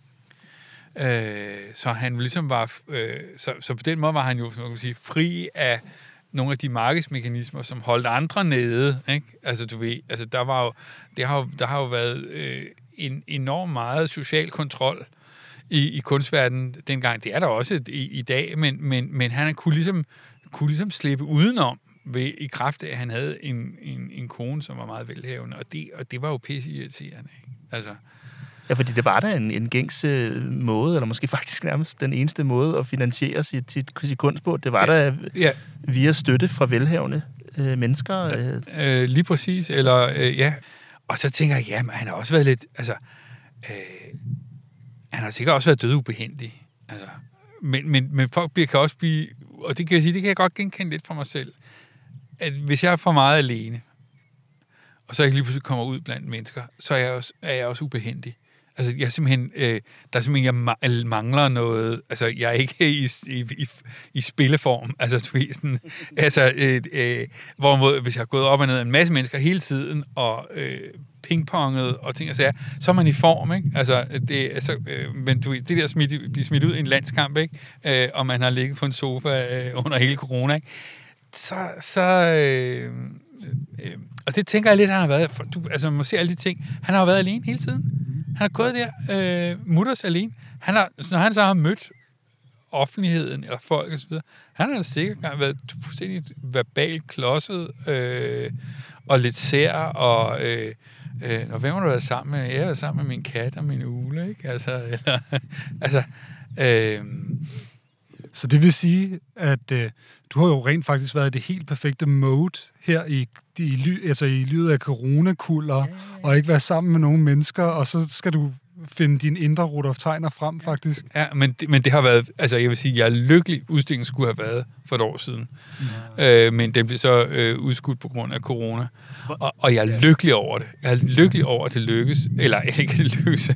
Så han ligesom var... Så på den måde var han jo, man kan sige, fri af nogle af de markedsmekanismer, som holdt andre nede. Ikke? Altså, du ved, altså, der har jo været en enorm meget social kontrol i kunstverdenen dengang. Det er der også i dag, men han kunne ligesom slippe udenom i kraft af, at han havde en kone, som var meget velhavende, og det var jo pisseirriterende. Altså. Ja, fordi det var da en gængs måde, eller måske faktisk nærmest den eneste måde at finansiere sit kunst på. Det var da via støtte fra velhavende mennesker. Lige præcis, eller ja. Og så tænker jeg, jamen, han har også været lidt, altså, han har sikkert også været dødubehendig. Altså, men folk kan også blive, og det kan jeg sige, det kan jeg godt genkende lidt fra mig selv, at hvis jeg er for meget alene, og så jeg lige pludselig kommer ud blandt mennesker, så er jeg også ubehendig. Altså, jeg mangler noget, altså, jeg er ikke i spilleform, altså, du ved, sådan, altså, hvorimod, hvis jeg har gået op og ned af en masse mennesker hele tiden, og pingponget og ting og sager, så er man i form, ikke? Altså, men du ved, det der blive smidt ud i en landskamp, ikke? Og man har ligget på en sofa under hele corona, ikke? Og det tænker jeg lidt, han har været, altså, man må se alle de ting, han har jo været alene hele tiden. Han har gået der, mutters alene. Når han så har mødt offentligheden, eller folk og så videre, han har sikkert været fuldstændig verbalt klodset, og lidt sær, og hvem har du været sammen med? Jeg har været sammen med min kat og min ugle, ikke? Så det vil sige, at du har jo rent faktisk været i det helt perfekte mode her i lydet af coronakulder, og ikke være sammen med nogle mennesker, og så skal du finde din indre Rudolf Tegner frem, faktisk. Ja, men det har været, altså jeg vil sige, jeg er lykkelig, udstillingen skulle have været for et år siden. Ja. Men den blev så udskudt på grund af corona. Og jeg er lykkelig over det. Jeg er lykkelig over, at det lykkes, eller ikke det lykkes,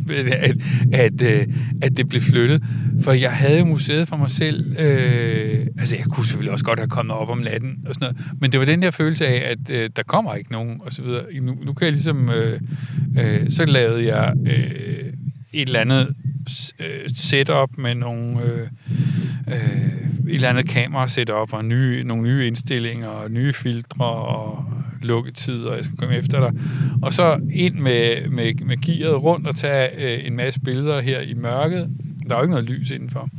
at det blev flyttet. For jeg havde museet for mig selv, altså jeg kunne selvfølgelig også godt have kommet op om natten og sådan noget, men det var den der følelse af, at der kommer ikke nogen, og så videre. Nu kan jeg ligesom, så lavede jeg et eller andet setup med nogle et eller andet kamera-setup og nogle nye indstillinger og nye filtre og lukketider, og jeg skal komme efter dig. Og så ind med gearet rundt og tage en masse billeder her i mørket. Der er jo ikke noget lys indenfor.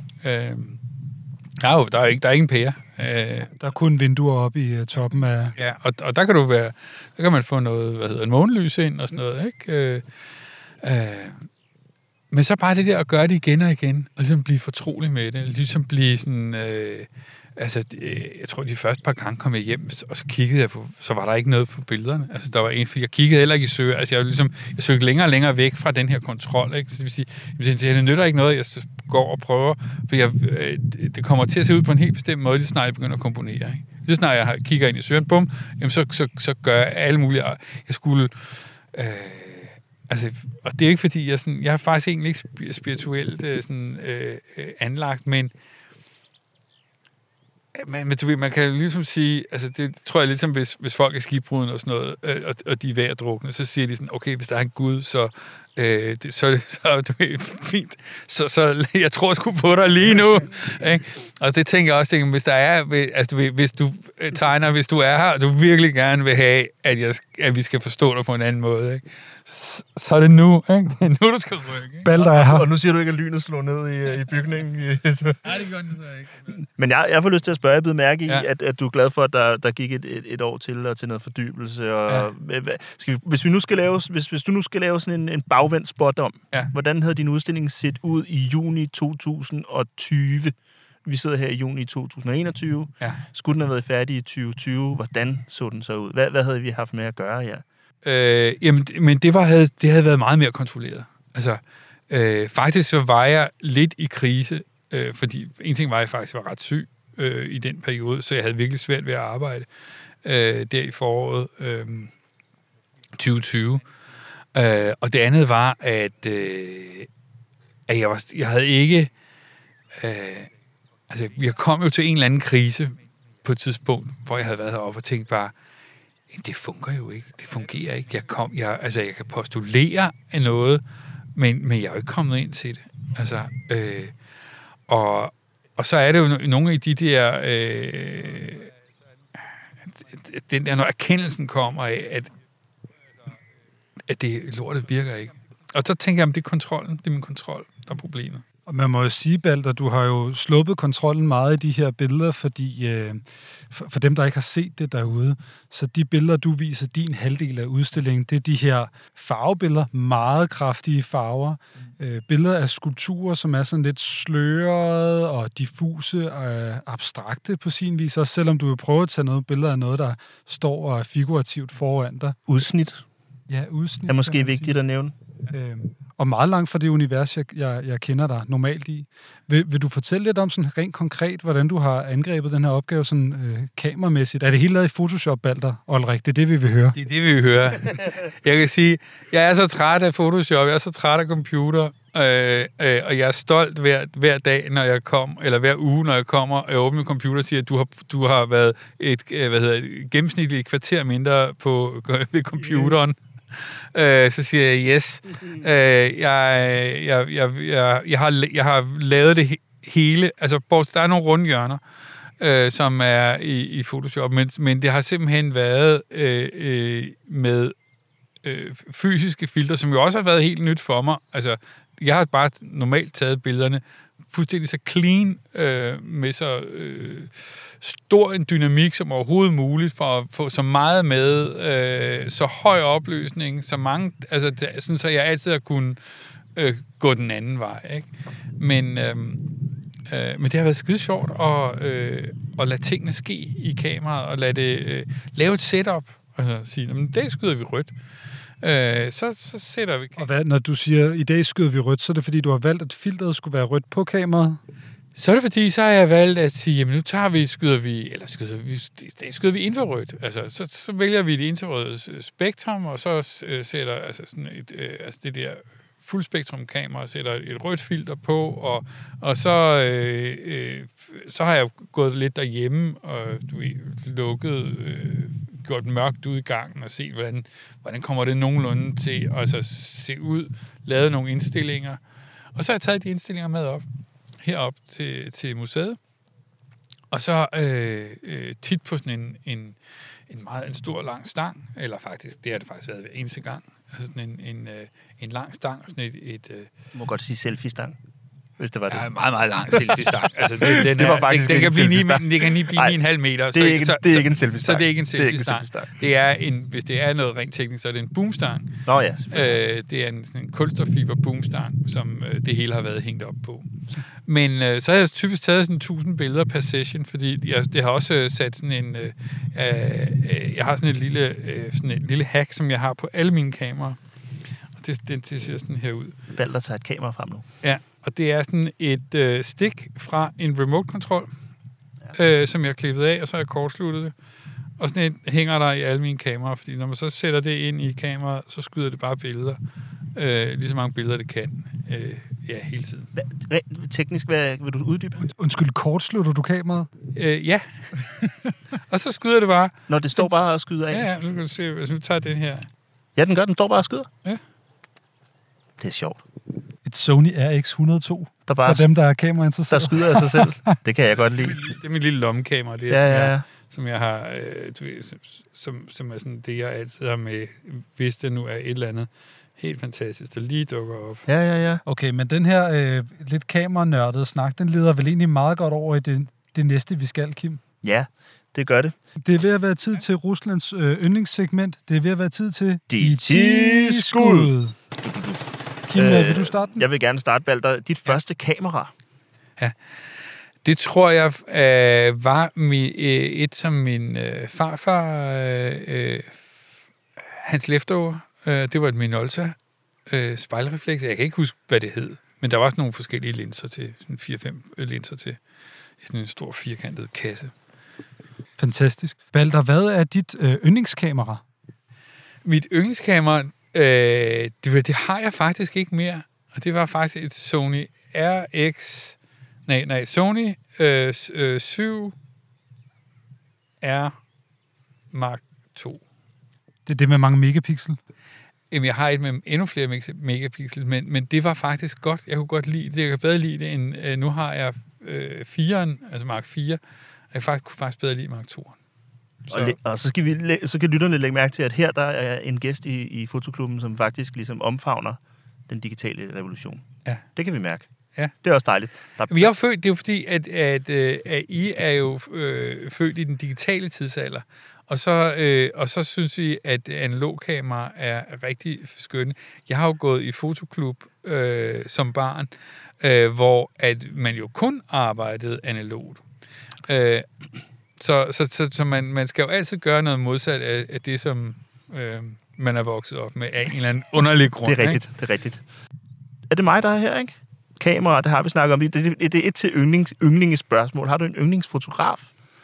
Der er ingen pære. Der er kun vinduer oppe i toppen af... Ja, og der kan man få noget, en månelys ind og sådan noget, ikke? Men så bare det der at gøre det igen og igen, og ligesom blive fortrolig med det, ligesom blive sådan... jeg tror, de første par gange kom jeg hjem, og så kiggede jeg på, så var der ikke noget på billederne. Altså, der var jeg kiggede heller ikke i søger. Altså, jeg søgte længere og længere væk fra den her kontrol, ikke? Så det vil sige, det nytter ikke noget, jeg går og prøver, for det kommer til at se ud på en helt bestemt måde, lige snart jeg begynder at komponere, ikke? Lige snart jeg kigger ind i søgeren, bum, jamen, så gør jeg alle mulige... Jeg skulle... og det er ikke fordi, jeg er faktisk egentlig ikke spirituelt anlagt, men du ved, man kan ligesom sige, altså det tror jeg ligesom, hvis folk er skibbruden og sådan noget, og de er ved at drukne, så siger de sådan, okay, hvis der er en Gud, så du ved, fint. Så jeg tror sgu på dig lige nu. Ikke? Og det tænker jeg også, hvis der er, altså hvis du tegner, hvis du er her, og du virkelig gerne vil have, at vi skal forstå dig på en anden måde, ikke? Så er det nu, ikke? Det er nu, du skal rykke. Balder er her. Og nu siger du ikke, at lynet slår ned i bygningen. Nej, det gør den så ikke. Men jeg får lyst til at spørge, jeg beder mærke i, at du er glad for, at der gik et år til, og til noget fordybelse. Og, hvis du nu skal lave sådan en bagvendt spot om, hvordan havde din udstilling set ud i juni 2020? Vi sidder her i juni 2021. Ja. Skulle den have været færdig i 2020? Hvordan så den så ud? Hvad havde vi haft med at gøre her? Men det havde været meget mere kontrolleret. Altså, faktisk så var jeg lidt i krise, fordi en ting var, at jeg faktisk var ret syg, i den periode, så jeg havde virkelig svært ved at arbejde der i foråret 2020. Og det andet var, at jeg havde ikke... jeg kom jo til en eller anden krise på et tidspunkt, hvor jeg havde været heroppe og tænkt bare, det fungerer jo ikke. Det fungerer ikke. Jeg kan postulere af noget, men jeg er jo ikke kommet ind til det. Altså, og så er det jo nogle af de der... den der, når erkendelsen kommer af, at det lortet virker ikke. Og så tænker jeg, om det er kontrollen. Det er min kontrol, der er problemet. Og man må jo sige, Balder, du har jo sluppet kontrollen meget i de her billeder, fordi for dem, der ikke har set det derude, så de billeder, du viser, din halvdel af udstillingen, det er de her farvebilleder, meget kraftige farver, billeder af skulpturer, som er sådan lidt slørede og diffuse og abstrakte på sin vis, også selvom du vil prøve at tage noget billeder af noget, der står og er figurativt foran dig. Udsnit. Ja, udsnit. Er måske vigtigt at nævne. Og meget langt fra det univers, jeg kender dig normalt i. Vil du fortælle lidt om sådan rent konkret, hvordan du har angrebet den her opgave sådan kameramæssigt? Er det hele lavet i Photoshop, Balder, Olrik? Det er det, vi vil høre. Det er det, vi vil høre. Jeg kan sige, jeg er så træt af Photoshop, jeg er så træt af computer, og jeg er stolt hver dag, når jeg kommer, eller hver uge, når jeg kommer og åbner min computer og siger, at du har været et gennemsnitligt kvarter mindre ved computeren. Så siger jeg yes. Jeg har lavet det hele. Altså, der er nogle runde hjørner, som er i Photoshop, men det har simpelthen været med fysiske filtre, som jo også har været helt nyt for mig. Altså, jeg har bare normalt taget billederne fuldstændig så clean, med så stor en dynamik som overhovedet muligt, for at få så meget med, så høj opløsning, så mange, altså sådan, så jeg altid har kunnet gå den anden vej, ikke? Men det har været skide sjovt at lade tingene ske i kameraet, og lade det lave et setup, altså sige, det skyder vi rødt. Så sætter vi... Og når du siger, i dag skyder vi rødt, så er det fordi, du har valgt, at filteret skulle være rødt på kameraet? Så er det fordi, så har jeg valgt at sige, jamen nu skyder vi infrarødt. Altså, så vælger vi det infrarøde spektrum, og så sætter sådan det der fuldspektrum kamera, sætter et rødt filter på, og så har jeg gået lidt derhjemme og lukket... gjort mørkt ud i gangen og set, hvordan kommer det nogenlunde til at se ud, lavet nogle indstillinger. Og så har jeg taget de indstillinger med op, herop til museet. Og så tit på sådan en stor lang stang, eller faktisk, det har det faktisk været hver eneste gang, altså sådan en lang stang, og sådan et du må godt sige selfie-stang, hvis det var det. Ja, meget, meget lang selfie-stang. Altså, den kan lige blive 9,5 meter. Det er ikke en selfie-stang. Så det er ikke en selfie-stang. Det er hvis det er noget rent teknisk, så er det en boomstang. Nå ja, selvfølgelig. Det er en kulstoffiber boomstang, som det hele har været hængt op på. Men så har jeg typisk taget sådan 1000 billeder per session, fordi det har også sat sådan en... jeg har sådan et lille hack, som jeg har på alle mine kameraer. Og det ser sådan her ud. Balder tager et kamera frem nu. Ja. Og det er sådan et stik fra en remote-kontrol, som jeg har klippet af, og så har jeg kortsluttet det. Og sådan et hænger der i alle mine kameraer, fordi når man så sætter det ind i kameraet, så skyder det bare billeder. Lige så mange billeder, det kan. Hele tiden. Teknisk, hvad vil du uddybe? Undskyld, kortslutter du kameraet? Ja. Og så skyder det bare. Når det står bare og skyder af? Ja, nu kan du se, hvis nu tager den her. Ja, den står bare og skyder? Ja. Det er sjovt. Et Sony RX102, for dem, der er kamerainteresseret. Der skyder af sig selv. Det kan jeg godt lide. Det er mit lille lommekamera, det er, som jeg har, som er sådan det, jeg altid har med, hvis det nu er et eller andet helt fantastisk, der lige dukker op. Ja. Okay, men den her lidt kameranørdede snak, den leder vel egentlig meget godt over i det næste, vi skal, Kim? Ja, det gør det. Det er ved at være tid til Ruslands yndlingssegment. Det er ved at være tid til De 10 skud. Kim, vil du starte den? Jeg vil gerne starte, Balder. Dit første kamera. Ja. Det tror jeg var et, som min farfar, Hans Leftover, det var et Minolta spejlrefleks. Jeg kan ikke huske, hvad det hed, men der var også nogle forskellige linser til, 4-5 linser til. i sådan en stor firkantet kasse. Fantastisk. Balder, hvad er dit yndlingskamera? Mit yndlingskamera, det har jeg faktisk ikke mere. Og det var faktisk et Sony RX... Sony 7R Mark II. Det er det med mange megapixel? Jamen, jeg har et med endnu flere megapixels, men det var faktisk godt. Jeg kunne godt lide det. Jeg kan bedre lide det, end nu har jeg 4'eren, altså Mark 4, og jeg kunne faktisk bedre lide Mark 2'eren. Og så kan lytterne lægge mærke til, at her der er en gæst i Fotoklubben, som faktisk ligesom omfavner den digitale revolution. Ja. Det kan vi mærke. Ja. Det er også dejligt. Vi er født, det er jo fordi, at I er jo født i den digitale tidsalder, og så synes vi, at analogkamera er rigtig skønne. Jeg har jo gået i fotoklub som barn, hvor at man jo kun arbejdede analogt. Så man skal jo altid gøre noget modsat af det, som man er vokset op med af en eller anden underlig grund. Det er rigtigt, det er rigtigt. Er det mig, der er her, ikke? Kamera, det har vi snakket om. Det er et til yndlingsspørgsmål. Har du en yndlingsfotograf?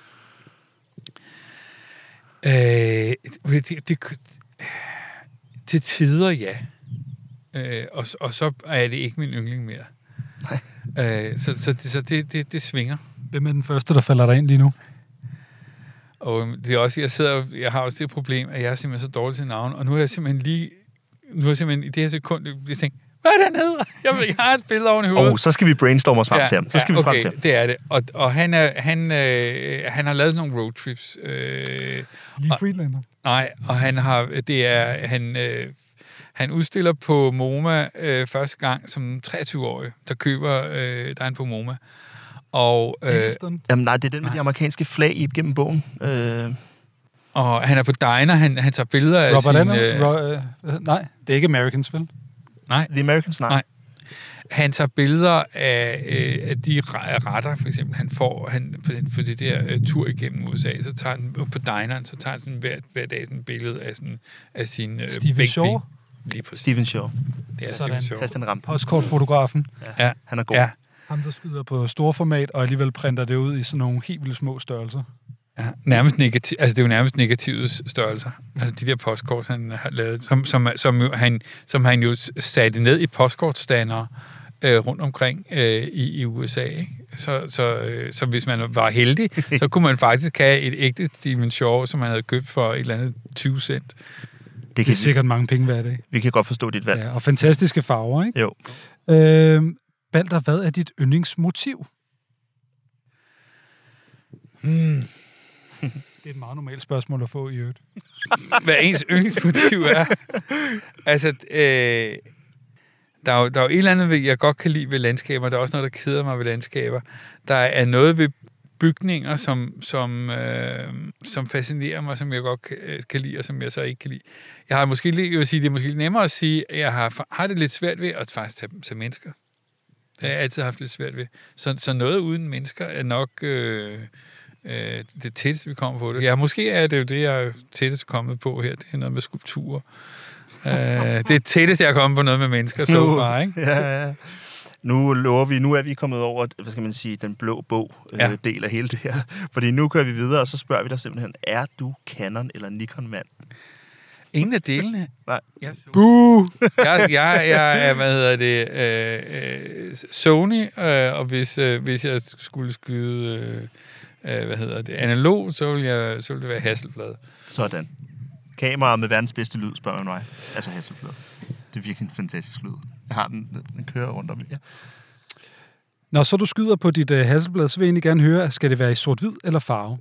Til tider, ja. Og så er det ikke min yndling mere. Nej. Så det svinger. Hvem er den første, der falder dig ind lige nu? Og det er også, jeg har også det problem, at jeg er simpelthen så dårlig til navn, og nu har jeg simpelthen i det her sekund, jeg tænkt, hvad er det, han hedder? Jeg har et billede oven i hovedet. Så skal vi brainstorme os frem til ham. Så skal vi frem til ham. Det er det. Og han har lavet sådan nogle roadtrips. Lige Friedlander? Nej, og han udstiller på MoMA første gang som 23-årig, der er han på MoMA. Og, jamen nej, det er den med de amerikanske flag igennem bogen. Og han er på Diner, han tager billeder af nej, det er ikke Americans, vel? Nej. The Americans, nej. Han tager billeder af de retter, for eksempel, han får på det der tur igennem USA, så tager han på dineren, så tager han sådan hver dag sådan et billede af sin Stephen Shaw? Lige præcis. Stephen Shaw. Det er Stephen Shaw. Christian Ram. Postkortfotografen. Ja. Han er god. Ja. Ham, der skyder på storformat, og alligevel printer det ud i sådan nogle helt vildt små størrelser. Ja, nærmest negativ, altså det er jo nærmest negative størrelser. Altså de der postkort, han har lavet, som han jo satte ned i postkortstandere rundt omkring i USA. Ikke? Så hvis man var heldig, så kunne man faktisk have et ægte Stephen Shaw, som man havde købt for et eller andet 20 cent. Det er sikkert mange penge hver dag. Vi kan godt forstå dit valg. Ja, og fantastiske farver, ikke? Jo. Balder, hvad er dit yndlingsmotiv? Det er et meget normalt spørgsmål at få i øvrigt. Hvad ens yndlingsmotiv er? Altså, der er jo et eller andet, jeg godt kan lide ved landskaber. Der er også noget, der keder mig ved landskaber. Der er noget ved bygninger, som fascinerer mig, som jeg godt kan lide, og som jeg så ikke kan lide. Jeg har måske lige, jeg vil sige, det er måske nemmere at sige, at jeg har det lidt svært ved at faktisk tage mennesker. Det har jeg altid haft lidt svært ved. Så noget uden mennesker er nok det tætteste, vi kommer på det. Ja, måske er det jo det, jeg er tættest kommet på her. Det er noget med skulpturer. Det er tættest, jeg er kommet på noget med mennesker så far, ikke? Ja. Nu er vi kommet over, hvad skal man sige, den blå bog del af hele det her. Fordi nu kører vi videre, og så spørger vi dig simpelthen, er du Canon eller Nikon-mand? Ingen af delene. Nej. Buh! Jeg er, Sony, og hvis jeg skulle skyde, analog, så ville det være Hasselblad. Sådan. Kamera med verdens bedste lyd, spørger man mig. Altså Hasselblad. Det er virkelig en fantastisk lyd. Jeg har den kører rundt om. Ja. Når så du skyder på dit Hasselblad, så vil jeg egentlig gerne høre, skal det være i sort-hvid eller farve?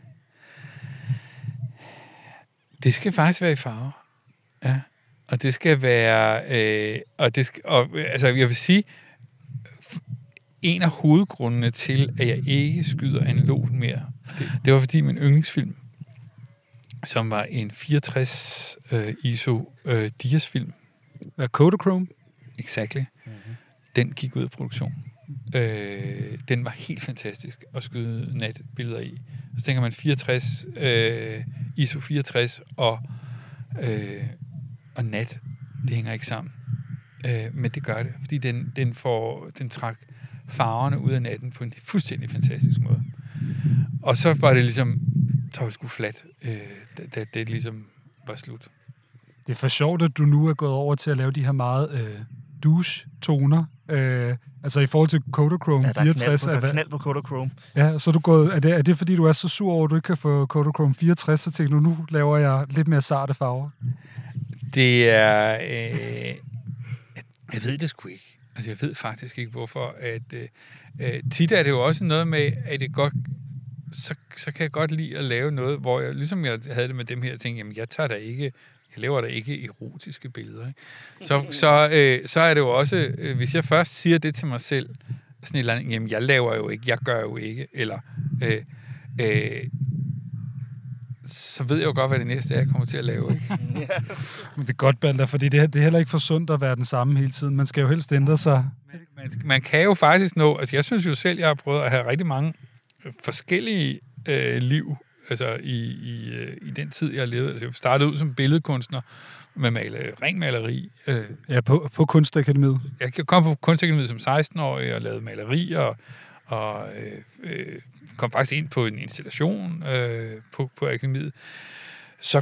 Det skal faktisk være i farve. Ja. Og det skal være... altså, jeg vil sige, en af hovedgrundene til, at jeg ikke skyder analogt mere, det var fordi min yndlingsfilm, som var en 64 ISO Dias-film. Kodachrome? Exactly. Mm-hmm. Den gik ud af produktion. Den var helt fantastisk at skyde natbilleder i. Så tænker man 64, ISO 64 og nat, det hænger ikke sammen. Men det gør det, fordi den trak farverne ud af natten på en fuldstændig fantastisk måde. Og så var det ligesom, så var det sgu flat, da det ligesom var slut. Det er for sjovt, at du nu er gået over til at lave de her meget douche-toner. Altså i forhold til Kodachrome 64. Der er knald på Kodachrome. Ja, så er du gået... Er det fordi, du er så sur over, at du ikke kan få Kodachrome 64, så tænker du, nu laver jeg lidt mere sarte farver? Det er... jeg ved det sgu ikke. Altså, jeg ved faktisk ikke, hvorfor. Tit er det jo også noget med, at det godt... Så kan jeg godt lide at lave noget, hvor jeg, ligesom jeg havde det med dem her ting, jamen, jeg laver da ikke erotiske billeder. Ikke? Så er det jo også, hvis jeg først siger det til mig selv, sådan et eller andet, jamen, jeg laver jo ikke, jeg gør jo ikke, eller... så ved jeg jo godt, hvad det næste er, jeg kommer til at lave. Ikke? Men det er godt, Balder, fordi det er heller ikke for sundt at være den samme hele tiden. Man skal jo helst ændre sig. Man kan jo faktisk nå... Altså, jeg synes jo selv, jeg har prøvet at have rigtig mange forskellige liv, altså i den tid, jeg har levet. Altså, jeg startede ud som billedkunstner med ringmaleri. Ja, på Kunstakademiet. Jeg kom på Kunstakademiet som 16-årig og lavede malerier, og kom faktisk ind på en installation på akademiet. Så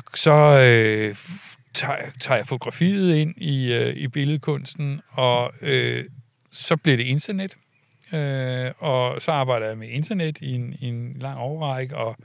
tager jeg fotografiet ind i billedkunsten, og så blev det internet. Og så arbejder jeg med internet i en lang årrække, og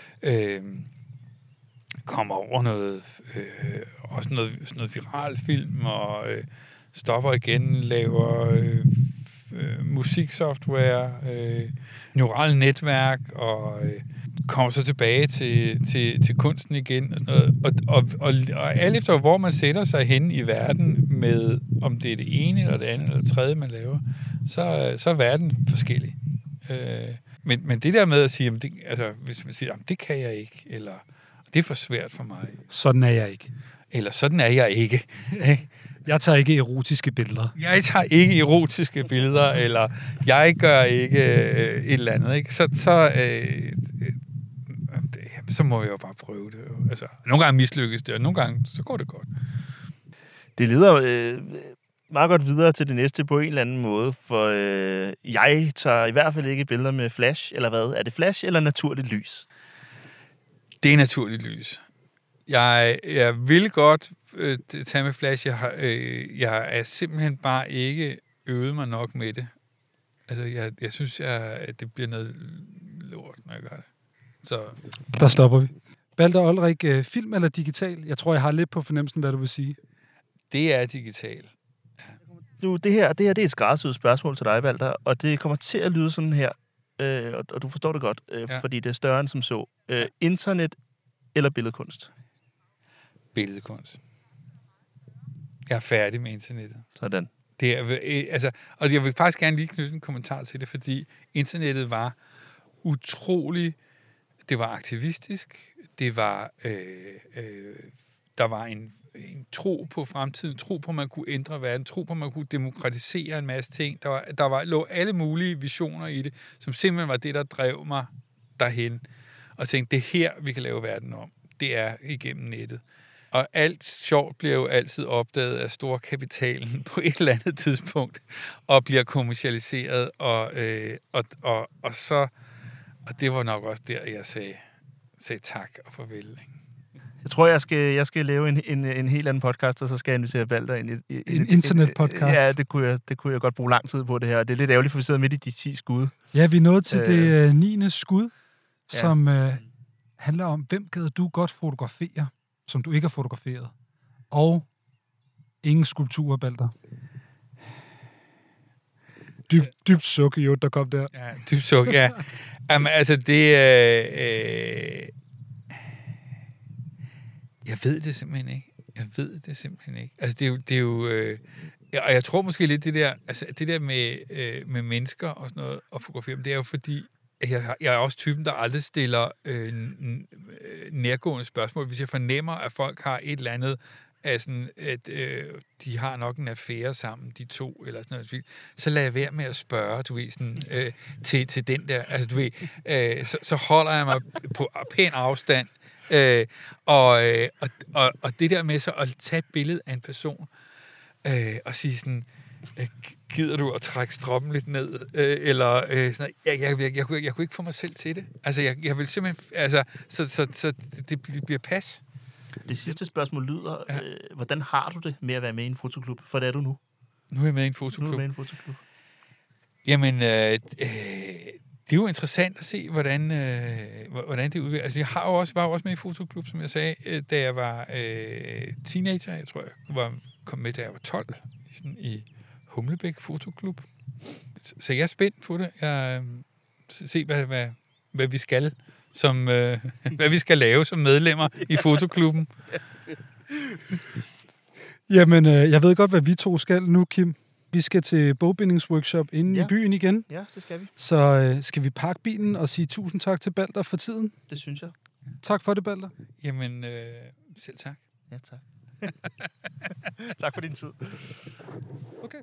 kommer over også noget viral film, og stopper igen, laver musiksoftware, neurale netværk, og kommer så tilbage til kunsten igen, og sådan noget. Og alt efter, hvor man sætter sig hen i verden med, om det er det ene, eller det andet, eller det tredje, man laver, så er verden forskellig. Men det der med at sige, hvis man siger, det kan jeg ikke, eller det er for svært for mig. Sådan er jeg ikke. Eller sådan er jeg ikke. Jeg tager ikke erotiske billeder. Jeg tager ikke erotiske billeder, eller jeg gør ikke et eller andet. Ikke? Så må jeg jo bare prøve det. Altså, nogle gange mislykkes det, og nogle gange så går det godt. Det leder meget godt videre til det næste på en eller anden måde, for jeg tager i hvert fald ikke billeder med flash, eller hvad? Er det flash eller naturligt lys? Det er naturligt lys. Jeg vil godt tage med flash. Jeg er simpelthen bare ikke øvet mig nok med det. Altså, jeg synes, at det bliver noget lort, når jeg gør det. Så. Der stopper vi. Balder Olrik, film eller digital? Jeg tror, jeg har lidt på fornemmelsen, hvad du vil sige. Det er digital. Ja. Nu, det her det er et skræddersyet spørgsmål til dig, Balder, og det kommer til at lyde sådan her, og du forstår det godt, fordi det er større end som så. Internet eller billedkunst? Billedkunst. Jeg er færdig med internettet. Sådan. Det er, og jeg vil faktisk gerne lige knytte en kommentar til det, fordi internettet var utrolig, det var aktivistisk, det var, der var en tro på fremtiden, tro på, at man kunne ændre verden, tro på, at man kunne demokratisere en masse ting. Der lå alle mulige visioner i det, som simpelthen var det, der drev mig derhen. Og tænkte, det er her, vi kan lave verden om. Det er igennem nettet. Og alt sjovt bliver jo altid opdaget af storkapitalen på et eller andet tidspunkt, og bliver kommercialiseret, og det var nok også der, jeg sagde tak og farvel. Ikke? Jeg tror, jeg skal lave en helt anden podcast, og så skal jeg invitere Balder ind i en internetpodcast. Ja, det kunne jeg godt bruge lang tid på det her. Det er lidt ærgerligt, for vi sidder midt i de 10 skud. Ja, vi er nået til det 9. skud, som handler om, hvem gad du godt fotografere, som du ikke har fotograferet. Og ingen skulpturer, Balder. Dybt suk, jo, der kom der. Ja, dybt suk, ja. Jamen, altså, det jeg ved det simpelthen ikke. Altså, det er jo og jeg tror måske lidt det der med mennesker og sådan noget, og fotografere, det er jo fordi, jeg er også typen, der aldrig stiller nærgående spørgsmål. Hvis jeg fornemmer, at folk har et eller andet, sådan, at de har nok en affære sammen, de to, eller sådan noget, så lad jeg være med at spørge, du ved, sådan, til den der, altså du ved, så holder jeg mig på pæn afstand, og det der med så at tage et billede af en person, og sige sådan, gider du at trække stroppen lidt ned? Sådan jeg kunne ikke få mig selv til det. Altså, jeg vil simpelthen... Altså, så det bliver pas. Det sidste spørgsmål lyder, hvordan har du det med at være med i en fotoklub? For det er du nu. Nu er jeg med i en fotoklub. Jamen, det er jo interessant at se, hvordan det udvikler. Altså, jeg var jo også med i fotoklub, som jeg sagde, da jeg var teenager. Jeg tror, jeg kom med, da jeg var 12 i Humlebæk Fotoklub. Så jeg er spændt på det. Jeg se, hvad vi skal hvad vi skal lave som medlemmer i fotoklubben. Jamen, jeg ved godt, hvad vi to skal nu, Kim. Vi skal til bogbindingsworkshop inde i byen igen. Ja, det skal vi. Så skal vi pakke bilen og sige tusind tak til Balder for tiden? Det synes jeg. Tak for det, Balder. Jamen, selv tak. Ja, tak. Tak for din tid. Okay.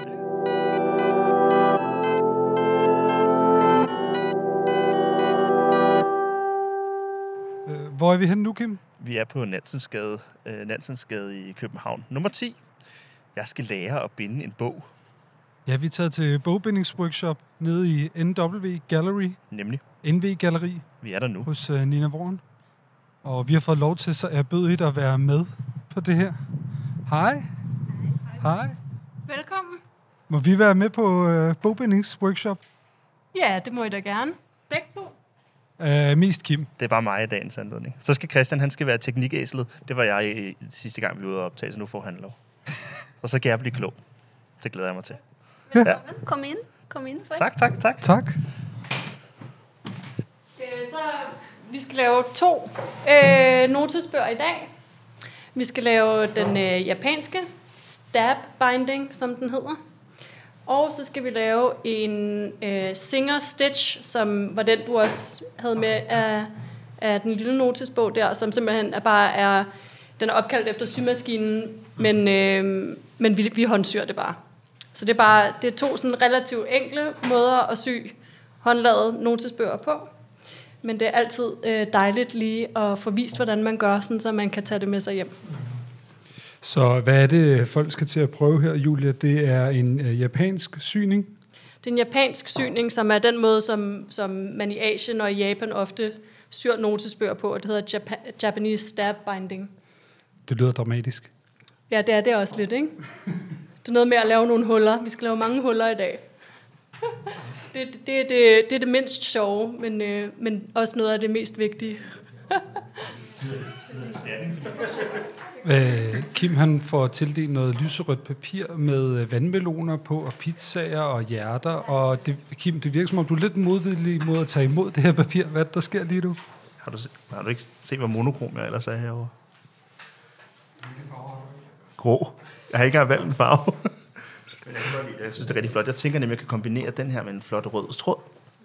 Hvor er vi henne nu, Kim? Vi er på Nansensgade i København. Nummer 10. Jeg skal lære at binde en bog. Ja, vi er taget til bogbindingsworkshop nede i NW Gallery. Nemlig. NV Galleri. Vi er der nu. Hos Nina Vorn. Og vi har fået lov til så erbødigt at være med på det her. Hej. Hej. Velkommen. Må vi være med på bogbindingsworkshop? Ja, det må I da gerne. Begge to. Mest Kim. Det er bare mig i dagens anledning. Så skal Christian, han skal være teknikæslet. Det var jeg sidste gang, vi var ude at optage, så nu får han lov. Og så kan jeg blive klog. Det glæder jeg mig til. Velkommen. Ja. Kom ind. Tak. Så vi skal lave 2 notesbøger i dag. Vi skal lave den japanske stab binding, som den hedder. Og så skal vi lave en Singer Stitch, som var den, du også havde med af den lille notesbog der, som simpelthen den er opkaldt efter symaskinen, men vi håndsyr det bare. Så det er 2 sådan relativt enkle måder at sy håndlavede notesbøger på. Men det er altid dejligt lige at få vist, hvordan man gør, sådan, så man kan tage det med sig hjem. Så hvad er det, folk skal til at prøve her, Julia? Det er en japansk syning? Det er en japansk syning, som er den måde, som man i Asien og i Japan ofte syr notesbøger på, og det hedder Japanese stab binding. Det lyder dramatisk. Ja, det er det også lidt, ikke? Det er noget med at lave nogle huller. Vi skal lave mange huller i dag. Det er det mindst sjove, men også noget af det mest vigtige. Kim, han får tildelt noget lyserødt papir med vandmeloner på, og pizzaer og hjerter. Og Kim, det virker som om, du er lidt modvillig mod at tage imod det her papir. Hvad der sker lige nu? Har du ikke set, hvor monokrom jeg ellers er herovre? Grå. Jeg har ikke engang valgt en farve. Jeg synes, det er rigtig flot. Jeg tænker nemlig, at jeg kan kombinere den her med en flot rød tråd.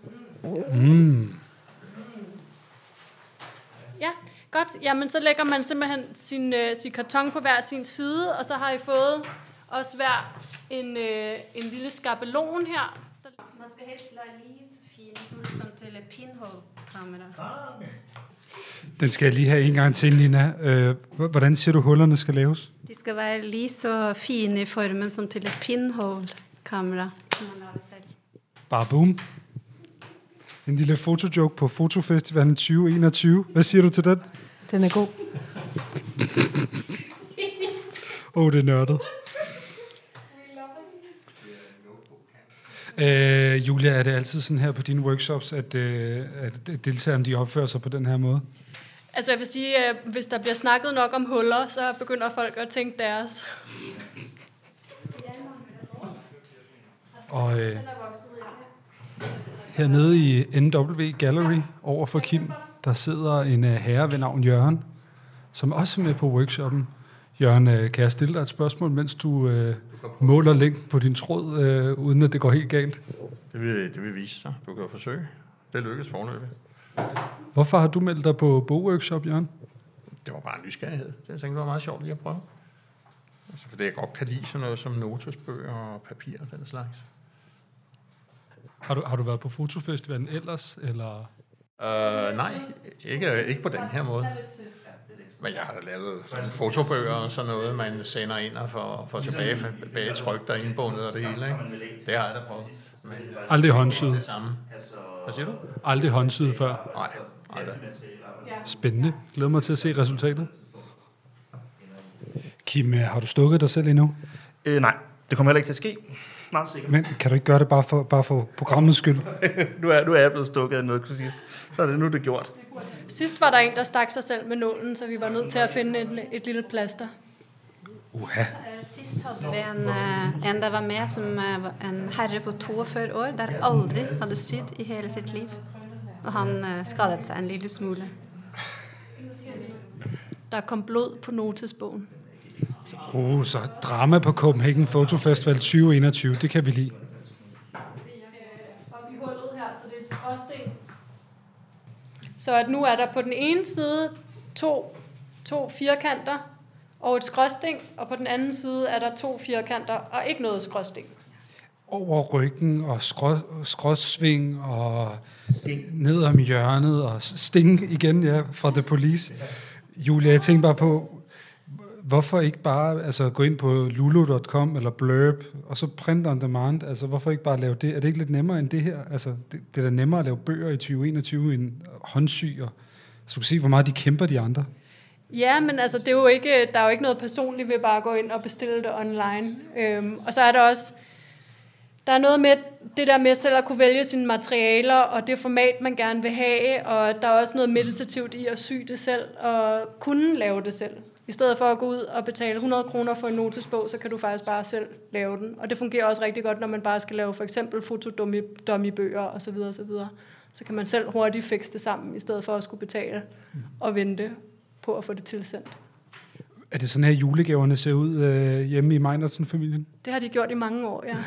Ja, godt. Jamen, så lægger man simpelthen sin karton på hver sin side, og så har I fået også hver en lille skabelon her. Man skal helst lade lige så fint ud som til et pinhole-kamera. Den skal jeg lige have en gang til, Nina. Hvordan siger du, hullerne skal laves? De skal være lige så fine i formen som til et pinhole-kamera, som man laver selv. Bare boom. En lille fotojoke på Fotofestivalen 2021. Hvad siger du til den? Den er god. Det er nørdet. Julia, er det altid sådan her på dine workshops, at deltagerne de opfører sig på den her måde? Altså jeg vil sige, at hvis der bliver snakket nok om huller, så begynder folk at tænke deres. Og hernede i NW Gallery over for Kim, der sidder en herre ved navn Jørgen, som også er med på workshoppen. Jørgen, kan jeg stille dig et spørgsmål, mens du måler længden på din tråd, uden at det går helt galt? Det vil vise sig. Du kan jo forsøge. Det lykkes forløbet. Hvorfor har du meldt dig på bogworkshop, Jørgen? Det var bare en nysgerrighed. Det jeg tænkte, det var meget sjovt lige at prøve. Altså, fordi jeg godt kan lide sådan noget som notesbøger og papir og den slags. Har du været på Fotofestivalen ellers, eller? Nej, ikke på den her måde. Men jeg har lavet sådan fotobøger og sådan noget, man sender ind og får tilbage trykt og indbundet og det hele, ikke? Det har jeg da prøvet. Men aldrig håndsyet? Det samme. Hvad siger du? Aldrig håndsyet før? Nej, aldrig. Spændende. Glæder mig til at se resultatet. Kim, har du stukket dig selv endnu? Nej, det kommer heller ikke til at ske. Meget sikkert. Men kan du ikke gøre det bare for programmets skyld? nu er jeg blevet stukket af noget sidst, så er det nu det gjort. Sidst var der en, der stak sig selv med nålen, så vi var nødt til at finde et lille plaster. Sidst havde vi en, der var med, som en herre på 42 år, der aldrig havde sydd i hele sit liv. Og han skadede sig en lille smule. Der kom blod på notesbogen. Så drama på Copenhagen Photo Festival 2021, det kan vi lide. Og vi hullet her, så det er et skråsten. Så at nu er der på den ene side to firkanter og et skråsten, og på den anden side er der 2 firkanter og ikke noget skråsten. Over ryggen og skråsving og ned om hjørnet og sting igen, ja, fra The Police. Julia, jeg tænker bare på, hvorfor ikke bare gå ind på lulu.com eller Blurb, og så print on demand? Altså, hvorfor ikke bare lave det? Er det ikke lidt nemmere end det her? Altså, det er da nemmere at lave bøger i 2021 end håndsyg, og så du kan se, hvor meget de kæmper, de andre. Ja, men altså, det er jo ikke, der er jo ikke noget personligt ved bare at gå ind og bestille det online. Og så er der også, der er noget med det der med selv at kunne vælge sine materialer, og det format, man gerne vil have, og der er også noget meditativt i at sy det selv, og kunne lave det selv. I stedet for at gå ud og betale 100 kroner for en notesbog, så kan du faktisk bare selv lave den. Og det fungerer også rigtig godt, når man bare skal lave for eksempel fotodummibøger osv. Så kan man selv hurtigt fikse det sammen, i stedet for at skulle betale og vente på at få det tilsendt. Er det sådan her, julegaverne ser ud hjemme i Meinertsen-familien? Det har de gjort i mange år, ja.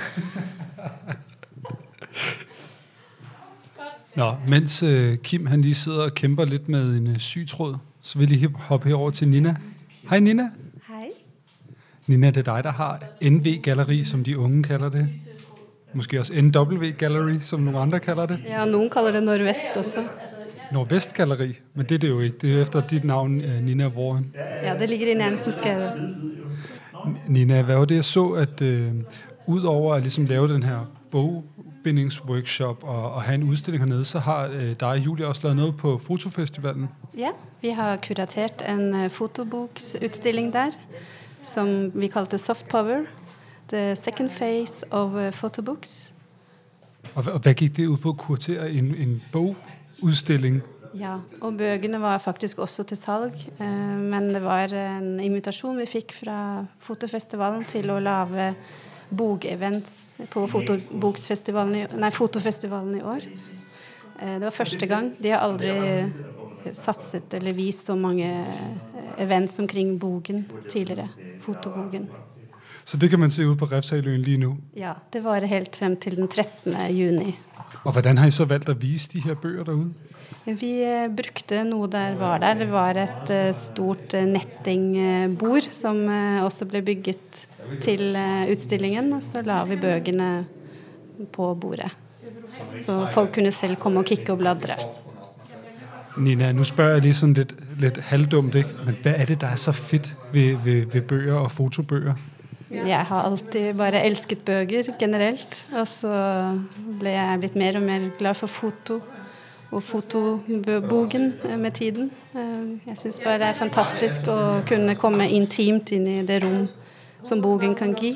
Nå, mens Kim han lige sidder og kæmper lidt med en sytråd, så vil jeg lige hoppe herover til Nina. Hej Nina. Hej. Nina, det er dig, der har NV-galleri, som de unge kalder det. Måske også NW-galleri, som nogle andre kalder det. Ja, og nogen kalder det Nordvest også. Nordvest-galleri, men det er det jo ikke. Det er jo efter dit navn, Nina Warren. Ja, det ligger i Nansensgade. Nina, hvad var det, jeg så, at udover at ligesom lave den her bogbindingsworkshop og have en udstilling hernede, så har dig og Julia også lavet noget på Fotofestivalen. Ja, vi har kuratert en fotoboksudstilling der, som vi kaldte Soft Power, the second phase of photobooks. Og hvad gik det ud på at kuratere en bogudstilling? Ja, og bøgene var faktisk også til salg, men det var en invitation vi fik fra Fotofestivalen til at lave bokevents på Fotofestivalen i år. Det var første gang. De har aldrig satset eller vist så mange events omkring bogen tidligere, fotobogen. Så det kan man se ud på Refshaleøen lige nu? Ja, det var helt frem til den 13. juni. Og hvordan har I så valgt at vise de her bøger derude? Vi brugte noget, der var der. Det var et stort nettingbord, som også blev bygget til udstillingen, og så la vi bøgene på bordet. Så folk kunne selv komme og kigge og bladre. Nina, nu spørger jeg lige sådan lidt halvdumt, ikke? Men hvad er det, der er så fedt ved bøger og fotobøger? Jeg har altid bare elsket bøger generelt, og så blev jeg blitt mer og mer glad for foto og fotobogen med tiden. Jeg synes bare det er fantastisk at kunne komme intimt ind i det rum, som bogen kan give.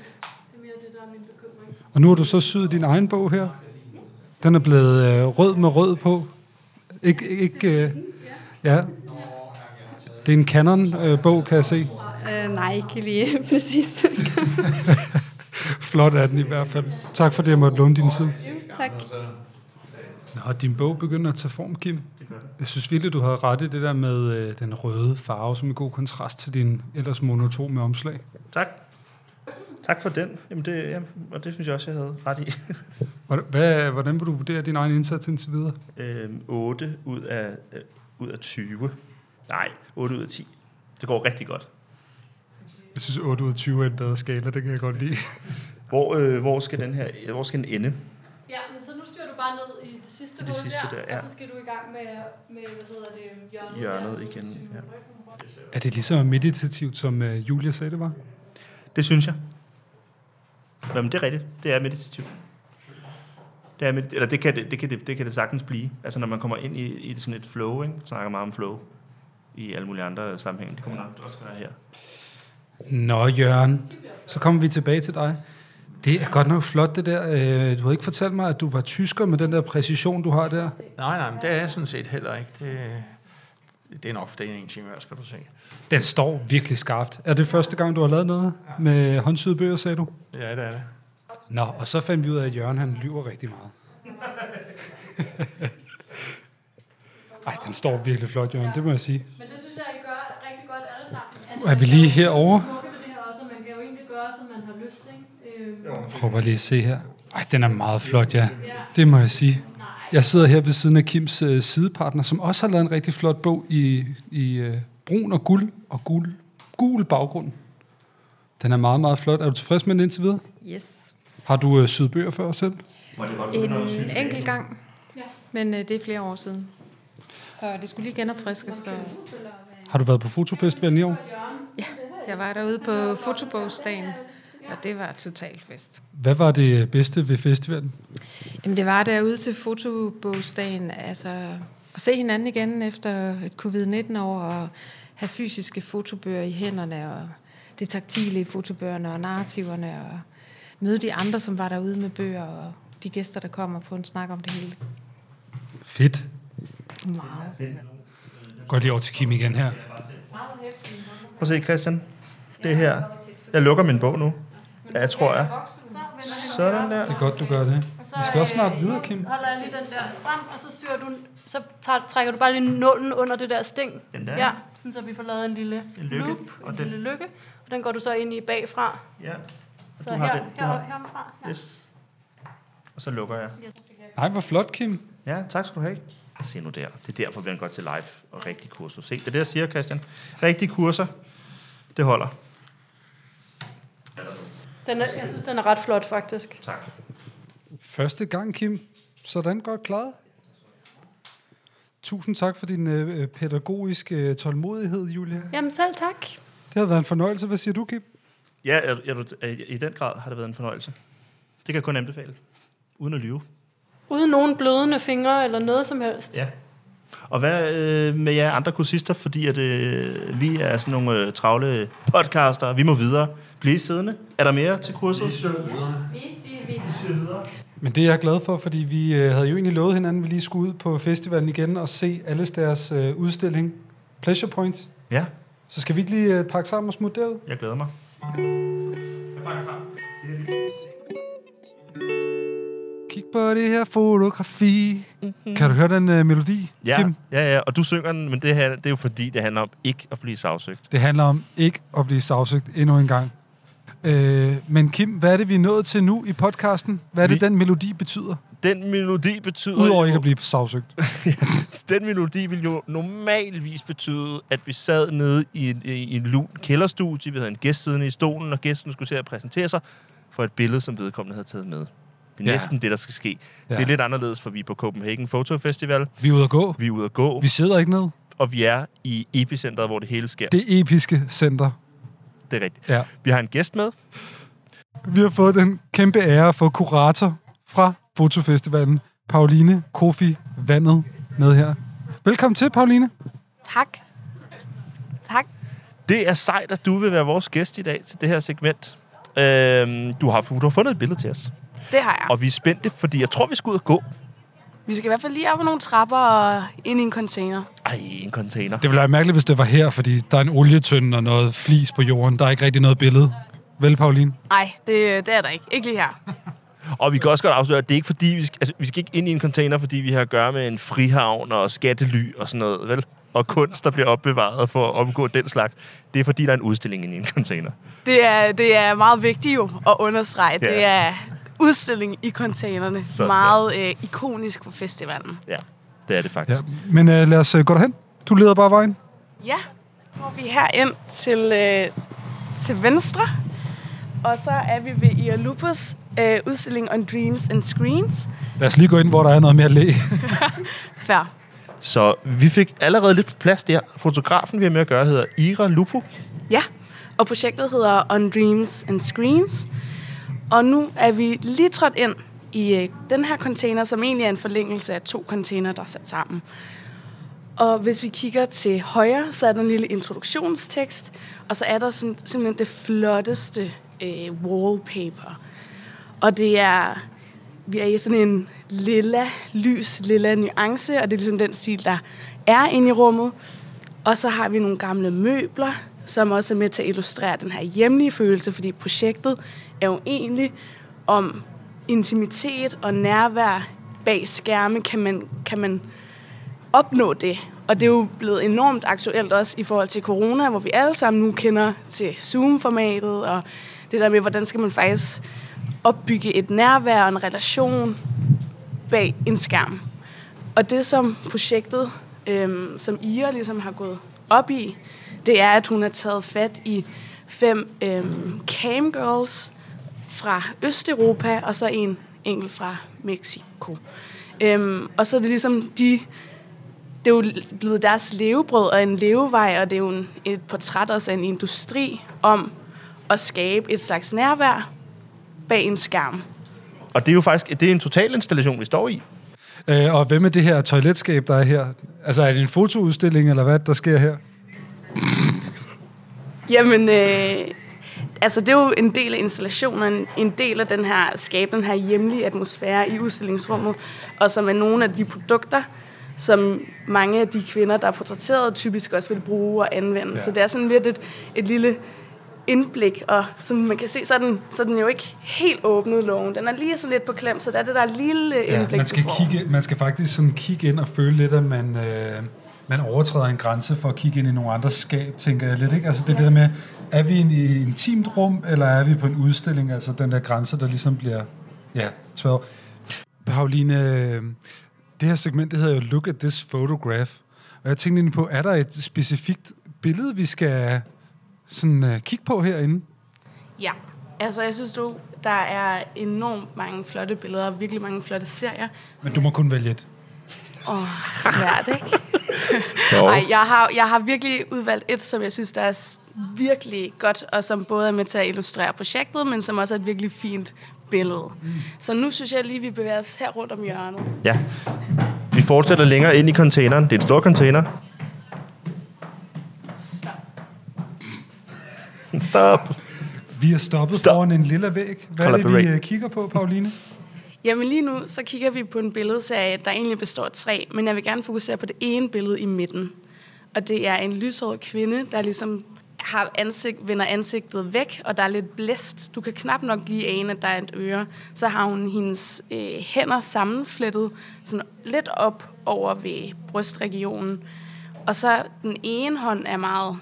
Og nu har du så syet din egen bog her. Den er blevet rød med rød på. Ja. Det er en Canon-bog, kan jeg se. Nej, ikke lige præcis. Flot er den i hvert fald. Tak for det, jeg måtte låne din tid. Tak. Nå, din bog begynder at tage form, Kim. Jeg synes virkelig, du har ret i det der med den røde farve, som en god kontrast til din ellers monotone omslag. Tak. Tak for den. Jamen og det synes jeg også, jeg havde ret i. Hvordan vil du vurdere din egen indsats indtil videre? 8 ud af 20. Nej, 8 ud af 10. Det går rigtig godt. Jeg synes, 8 ud af 20 er en bedre skala, det kan jeg godt lide. Hvor skal den ende? Ja, men så nu styrer du bare ned i det sidste hul der, ja. og så skal du i gang med hjørnet igen. Ja. Er det lige så meditativt, som Julia sagde, det var? Det synes jeg. Jamen, det er rigtigt. Det er meditativt. Det kan det sagtens blive. Altså, når man kommer ind i sådan et flow, ikke? Snakker meget om flow i alle mulige andre sammenhænge. Det kommer nok også gøre her. Nå, Jørgen. Så kommer vi tilbage til dig. Det er godt nok flot, det der. Du har ikke fortalt mig, at du var tysker med den der præcision, du har der. Nej, men det er jeg sådan set heller ikke. Det er nok, for det er en ingeniør, skal du se. Den står virkelig skarpt. Er det første gang, du har lavet noget med håndsyede bøger, sagde du? Ja, det er det. Nå, og så fandt vi ud af, at Jørgen, han lyver rigtig meget. Ej, den står virkelig flot, Jørgen, det må jeg sige. Men det synes jeg, I gør rigtig godt alle sammen. Altså, er vi lige herovre? Det her også, man kan jo egentlig gøre, som man har lyst, ikke? Prøv bare lige at se her. Ej, den er meget flot, ja. Det må jeg sige. Jeg sidder her ved siden af Kims sidepartner, som også har lavet en rigtig flot bog i brun og gul baggrund. Den er meget, meget flot. Er du tilfreds med den indtil videre? Yes. Har du syet bøger før selv? En enkelt gang, men det er flere år siden. Så det skulle lige genopfriskes. Så... Har du været på fotofestivalen i år? Ja, jeg var derude på fotobogsdagen, og det var totalt fest. Hvad var det bedste ved festivalen? Jamen, det var derude til fotobogsdagen, altså at se hinanden igen efter et covid-19-år, og have fysiske fotobøger i hænderne, og det taktile i fotobøgerne, og narrativerne, og møde de andre, som var derude med bøger, og de gæster, der kommer og få en snak om det hele. Fedt. Meget. Går lige over til Kim igen her. Prøv at se, Christian. Det her. Jeg lukker min bog nu. Ja, jeg tror jeg. Sådan der. Det er godt, du gør det. Vi skal også snart videre, Kim. Holder jeg lige den der stram, og så syr du, så trækker du bare lige nålen under det der sting. Den der? Ja, sådan så vi får lavet en lille loop, en lille lykke. Og den går du så ind i bagfra. Ja. Så herfra. Ja. Yes. Og så lukker jeg. Yes. Nej, hvor flot, Kim. Ja, tak skal du have. Se nu der. Det er derfor, vi går til live og rigtig kurser. Se, det er det, jeg siger, Christian. Rigtige kurser, det holder. Jeg synes, den er ret flot, faktisk. Tak. Første gang, Kim. Sådan godt klaret. Tusind tak for din pædagogiske tålmodighed, Julia. Jamen selv tak. Det har været en fornøjelse. Hvad siger du, Kim? Ja, i den grad har det været en fornøjelse. Det kan jeg kun anbefale. Uden at lyve. Uden nogen blødende fingre eller noget som helst. Ja. Og hvad med jer andre kursister, fordi at vi er sådan nogle travle podcaster, vi må videre. Blive siddende. Er der mere til kurset? Vi syr videre. Men det er jeg glad for, fordi vi havde jo egentlig lovet hinanden, at vi lige skulle ud på festivalen igen og se alles deres udstilling Pleasure Points. Ja. Så skal vi ikke lige pakke sammen og smutte derud? Jeg glæder mig. Jeg pakker sammen. Kig på det her fotografi. Kan du høre den melodi, Kim? Ja, og du synger den, men det er jo fordi, det handler om ikke at blive sagsøgt. Det handler om ikke at blive sagsøgt endnu en gang. Men Kim, hvad er det, vi er nået til nu i podcasten? Hvad er det, den melodi betyder? Den melodi betyder... Udover ikke at blive sagsøgt. Den melodi vil jo normalvis betyde, at vi sad nede i en lun kælderstudie. Vi havde en gæst siddende i stolen, og gæsten skulle til at præsentere sig for et billede, som vedkommende havde taget med. Det er næsten det, der skal ske. Ja. Det er lidt anderledes, for vi er på Copenhagen Photo Festival. Vi er ude at gå. Vi sidder ikke ned. Og vi er i epicentret, hvor det hele sker. Det episke center. Det er rigtigt. Ja. Vi har en gæst med. Vi har fået den kæmpe ære at få kurator fra Fotofestivalen, Pauline Kofi Vandet, med her. Velkommen til, Pauline. Tak. Det er sejt, at du vil være vores gæst i dag til det her segment. Du har fundet et billede til os. Det har jeg. Og vi er spændte, fordi jeg tror, vi skal ud og gå. Vi skal i hvert fald lige op på nogle trapper og ind i en container. Ej, en container. Det ville være mærkeligt, hvis det var her, fordi der er en olietønde og noget flis på jorden. Der er ikke rigtig noget billede. Vel, Pauline? Nej, det er der ikke. Ikke lige her. Og vi kan også godt afsløre, at det er ikke fordi, vi skal ikke ind i en container, fordi vi har at gøre med en frihavn og skattely og sådan noget, vel? Og kunst, der bliver opbevaret for at omgå den slags. Det er fordi, der er en udstilling inde i en container. Det er meget vigtigt jo at understrege. Ja. Det er udstilling i containerne. Sådan, meget ikonisk for festivalen. Ja, det er det faktisk. Ja. Men lad os gå derhen. Du leder bare vejen. Ja, nu går vi herind til venstre. Og så er vi ved Ialupus udstilling On Dreams and Screens. Lad os lige gå ind, hvor der er noget mere læg. Fair. Så vi fik allerede lidt på plads der. Fotografen, vi har med at gøre, hedder Ira Lupo. Ja, og projektet hedder On Dreams and Screens. Og nu er vi lige trådt ind i den her container, som egentlig er en forlængelse af 2 container, der er sat sammen. Og hvis vi kigger til højre, så er der en lille introduktionstekst, og så er der simpelthen det flotteste wallpaper. Og det er, vi er i sådan en lilla nuance, og det er ligesom den stil, der er inde i rummet. Og så har vi nogle gamle møbler, som også er med til at illustrere den her hjemlige følelse, fordi projektet er jo egentlig om intimitet og nærvær bag skærme, kan man opnå det. Og det er jo blevet enormt aktuelt også i forhold til corona, hvor vi alle sammen nu kender til Zoom-formatet, og det der med, hvordan skal man faktisk opbygge et nærvær og en relation bag en skærm. Og det, som projektet, som Ira ligesom har gået op i, det er, at hun har taget fat i 5 camgirls fra Østeuropa, og så en enkelt fra Mexico. Og så er det ligesom det er jo blevet deres levebrød og en levevej, og det er jo et portræt også af en industri om at skabe et slags nærvær bag en skærm. Og det er jo faktisk en total installation, vi står i. Og hvem er det her toiletskab, der er her? Altså, er det en fotoudstilling, eller hvad der sker her? Jamen, altså det er jo en del af installationen, en del af den her hjemlige atmosfære i udstillingsrummet, og som er nogle af de produkter, som mange af de kvinder, der er portrætteret, typisk også vil bruge og anvende. Ja. Så det er sådan lidt et lille indblik, og som man kan se, så er den jo ikke helt åbnet, lågen. Den er lige sådan lidt på klem, så der er det der lille indblik, man skal faktisk sådan kigge ind og føle lidt, at man overtræder en grænse for at kigge ind i nogle andre skab, tænker jeg lidt, ikke? Altså det er det der med, er vi i et intimt rum, eller er vi på en udstilling? Altså den der grænse, der ligesom bliver, tvær. Pauline, det her segment, det hedder jo Look at this photograph. Og jeg tænkte egentlig på, er der et specifikt billede, vi skal sådan kigge på herinde? Ja, altså jeg synes der er enormt mange flotte billeder, virkelig mange flotte serier. Men du må kun vælge et. Svært, ikke? Ej, jeg har virkelig udvalgt et, som jeg synes, der er virkelig godt, og som både er med til at illustrere projektet, men som også er et virkelig fint billede. Så nu synes jeg lige, vi bevæger os her rundt om hjørnet. Ja. Vi fortsætter længere ind i containeren. Det er en stor container. Stop. Vi er stoppet foran en lille væg. Hvad er det, vi kigger på, Pauline? Jamen lige nu, så kigger vi på en billedserie, der egentlig består af 3, men jeg vil gerne fokusere på det ene billede i midten. Og det er en lyshåret kvinde, der ligesom vender ansigtet væk, og der er lidt blæst. Du kan knap nok lige ane, at der er et øre. Så har hun hendes hænder sammenflettet sådan lidt op over ved brystregionen. Og så den ene hånd er meget